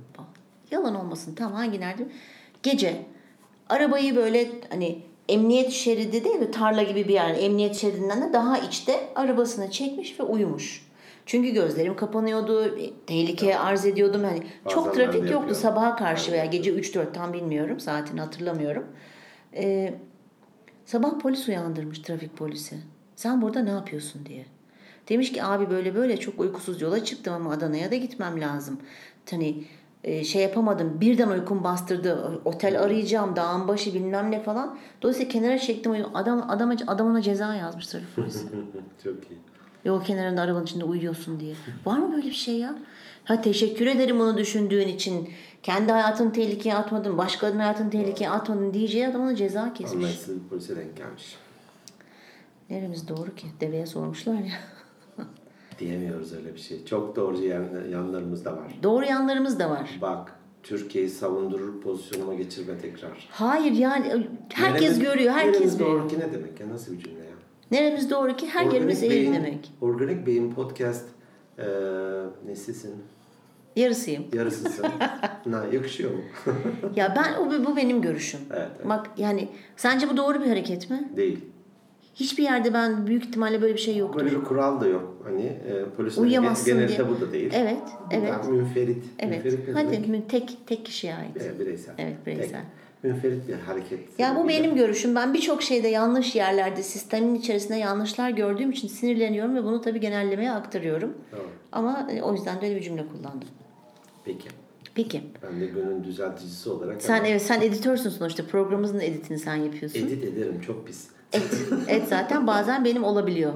Yalan olmasın, tamam hangi nerede? Gece arabayı böyle hani emniyet şeridi değil de tarla gibi bir yer, emniyet şeridinden de daha içte arabasını çekmiş ve uyumuş. Çünkü gözlerim kapanıyordu, tehlike arz ediyordum. Yani çok trafik yoktu sabaha karşı veya gece üç dört tam bilmiyorum, saatini hatırlamıyorum. Ee, sabah polis uyandırmış, trafik polisi. Sen burada ne yapıyorsun diye. Demiş ki abi böyle böyle çok uykusuz yola çıktım ama Adana'ya da gitmem lazım. Hani şey yapamadım, birden uykum bastırdı, otel arayacağım, dağın başı bilmem ne falan. Dolayısıyla kenara çektim uyuyorum. Adam, adam, adam ona ceza yazmış trafik polisi. Çok iyi. Yol kenarında arabanın içinde uyuyorsun diye. Var mı böyle bir şey ya? Ha teşekkür ederim bunu düşündüğün için. Kendi hayatını tehlikeye atmadın, başkalarının hayatını tehlikeye atmadın diyeceği adam ona ceza kesmiş. Anlayışsız bir polise denk gelmiş. Neremiz doğru ki? Deveye sormuşlar ya. Diyemiyoruz öyle bir şey. Çok doğru yan, yanlarımız da var. Doğru yanlarımız da var. Bak, Türkiye'yi savundurur pozisyonuma geçirme tekrar. Hayır yani herkes neremiz, görüyor, herkes neremiz görüyor. doğru ki ne demek ya? Nasıl bir cümle ya? Neremiz doğru ki her yerimiz eğri demek. Organik Beyin Podcast e, nesisin? Yarısıyım. Yarısısın. Na, yakışıyor mu? Ya ben o bu benim görüşüm. Evet, evet. Bak yani sence bu doğru bir hareket mi? Değil. Hiçbir yerde ben büyük ihtimalle böyle bir şey yoktur. Böyle bir kural da yok. Hani e, polislerin genel tabu da değil. Evet, evet. Yani münferit. Evet. Münferit hadi tek tek kişiye ait. E, bireysel. Evet, bireysel. Tek, münferit bir hareket. Ya bu benim görüşüm. Ben birçok şeyde yanlış yerlerde, sistemin içerisinde yanlışlar gördüğüm için sinirleniyorum ve bunu tabii genellemeye aktarıyorum. Tamam. Ama o yüzden de öyle bir cümle kullandım. Peki. Peki. Ben de günün düzelticisi olarak. Sen evet sen editörsün sonuçta. Programımızın editini sen yapıyorsun. Edit ederim çok pis. Et, et zaten bazen benim olabiliyor.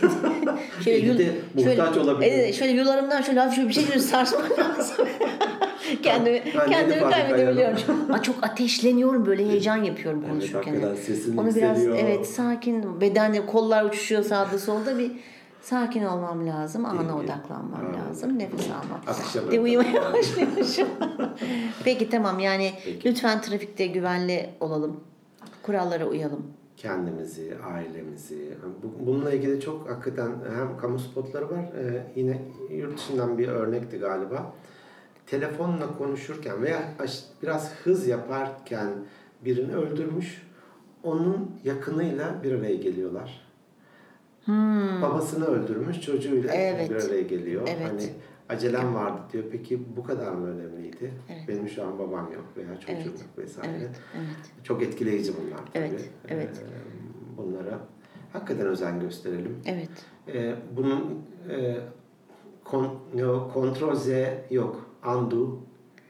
şöyle yul, muhtaç şöyle, olabiliyor. Şöyle yularımdan şöyle hafif bir şekilde sarsmak lazım. kendimi ben kendimi kaybedebiliyorum. Ama çok ateşleniyorum, böyle heyecan yapıyorum konuşurken. Evet, hakikaten sesin onu yükseliyor. Biraz evet sakin, bedenle kollar uçuşuyor sağda solda, bir Sakin olmam lazım, ana Değil mi? odaklanmam Aynen. lazım, nefes almak Akışa lazım. De uyumaya bırakalım. başlıyormuşum. Peki tamam, yani Peki. lütfen trafikte güvenli olalım, kurallara uyalım. Kendimizi, ailemizi. Bu- Bununla ilgili çok hakikaten hem kamu spotları var. e, yine yurt dışından bir örnekti galiba. Telefonla konuşurken veya aş- biraz hız yaparken birini öldürmüş. Onun yakınıyla bir araya geliyorlar. Hmm. Babasını öldürmüş, çocuğuyla Evet. bir araya geliyor. Evet. Hani acelem vardı diyor. Peki bu kadar mı önemliydi? Evet. Benim şu an babam yok veya çocuğum Evet. yok vesaire. Evet, evet. Çok etkileyici bunlar tabii. Evet, evet. Ee, bunlara hakikaten özen gösterelim. Evet. Ee, bunun e, kon, ne o, kontrol Z yok. Undo.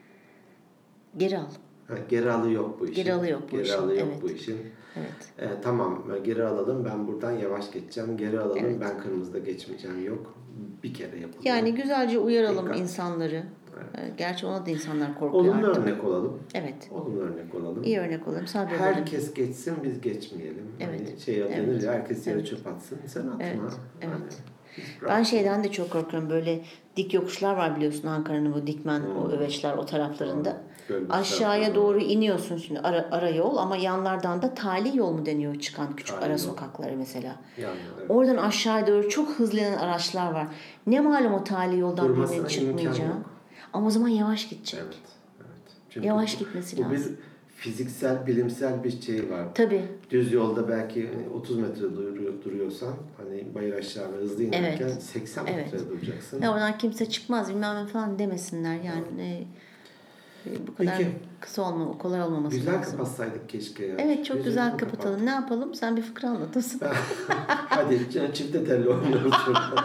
Geri al. Ha, geri alı yok bu işin. Geri alı yok bu geri işin, alı yok evet. bu işin. Evet. Ee, tamam geri alalım, ben buradan yavaş geçeceğim. Geri alalım, Evet. ben kırmızıda geçmeyeceğim. Yok. Bir kere yapılıyor. Yani güzelce uyaralım Dikkat. insanları. Evet. Gerçi ona da insanlar korkuyor Olumlu artık. örnek olalım. Evet. Olumlu örnek olalım. İyi örnek olalım. Sabredelim. Herkes geçsin, biz geçmeyelim. Evet. Hani şey denir Evet. ya, herkes yere Evet. çöp atsın, sen atma. Evet. Hani Evet. biz Ben bırak. şeyden de çok korkuyorum. Böyle dik yokuşlar var biliyorsun, Ankara'nın bu Dikmen, Hmm. o Öveçler o taraflarında. Gölgesel Aşağıya falan. doğru iniyorsun şimdi ara, ara yol, ama yanlardan da tali yol mu deniyor, çıkan küçük Tali ara yol. sokakları mesela. Yani, evet. Oradan aşağıya doğru çok hızlı inen araçlar var. Ne malum o tali yoldan Durmasına birinin çıkmayacağı. imkan yok. Ama o zaman yavaş gidecek. Evet. evet. Çünkü Yavaş bu- gitmesi bu lazım. bir fiziksel, bilimsel bir şey var. Tabii. Düz yolda belki otuz metre duruyor, duruyorsan hani bayır aşağı ve hızlı inerken Evet. seksen Evet. metre duracaksın. Ya oradan kimse çıkmaz bilmem ne falan demesinler yani. E, bu kadar Peki. kısa olma, kolay olmaması Güzel lazım. kapatsaydık keşke ya. Evet, çok güzel Üzerinden kapatalım. kapat. Ne yapalım? Sen bir fıkra anlatırsın. Hadi çifte telli oynuyoruz şurada.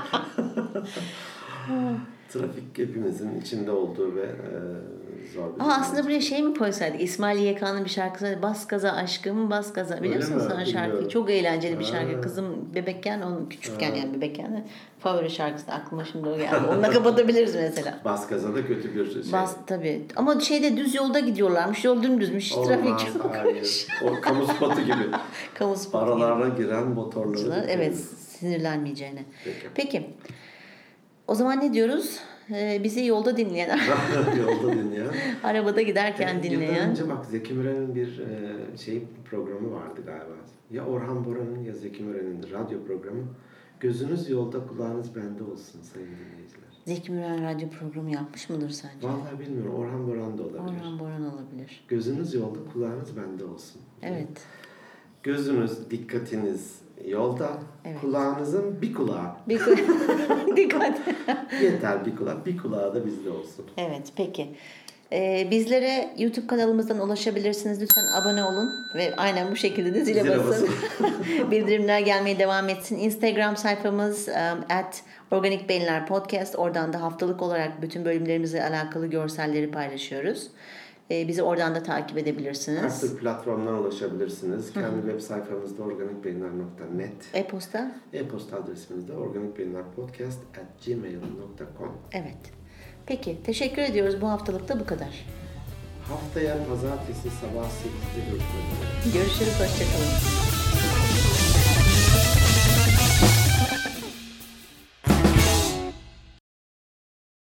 Trafik hepimizin içinde olduğu ve e, zor bir Aa, durum. aslında buraya şey mi koysaydık? İsmail Y K'nın bir şarkısı var. Bas gaza aşkım, bas gaza. Biliyor Öyle musun mi? sen şarkıyı? Bilmiyorum. Çok eğlenceli bir Ha. şarkı. Kızım bebekken, onun küçükken yani bebekken de favori şarkısı. Aklıma şimdi o geldi. Onunla kapatabiliriz mesela. Bas gaza da kötü bir şey. Bas tabii. Ama şeyde düz yolda gidiyorlarmış. Yol dümdüzmüş. Olmaz, Trafik çok. hayır. O kamu spotu gibi. Kamu spotu gibi. Aralarına giren motorları. Evet, sinirlenmeyeceğine. Peki. Peki. O zaman ne diyoruz? Ee, bizi yolda dinleyen, Yolda dinleyen. arabada giderken Yıllar dinleyen. önce bak Zeki Müren'in bir e, şey programı vardı galiba. Ya Orhan Boran'ın ya Zeki Müren'in radyo programı. Gözünüz yolda, kulağınız bende olsun sayın dinleyiciler. Zeki Müren radyo programı yapmış mıdır sence? Vallahi bilmiyorum. Orhan Boran da olabilir. Orhan Boran olabilir. Gözünüz yolda, kulağınız bende olsun. Evet. Gözünüz, dikkatiniz yolda, Evet. kulağınızın bir kulağı. Bir dikkat. Yeter bir kulağı, bir kulağı da bizde olsun. Evet, peki. Ee, bizlere YouTube kanalımızdan ulaşabilirsiniz. Lütfen abone olun ve aynen bu şekilde de zile Zile basın. Bildirimler gelmeye devam etsin. Instagram sayfamız um, at Organik Beyinler Podcast. Oradan da haftalık olarak bütün bölümlerimizle alakalı görselleri paylaşıyoruz. Ee, bizi oradan da takip Her edebilirsiniz. türlü platformdan ulaşabilirsiniz. Kendi web sayfamızda organikbeyinler nokta net. E-posta. E-posta adresimizde organikbeyinlerpodcast at gmail nokta com. Evet. Peki, teşekkür ediyoruz. Bu haftalık da bu kadar. Haftaya pazartesi sabah sekizde görüşmek üzere. Görüşürüz, hoşçakalın.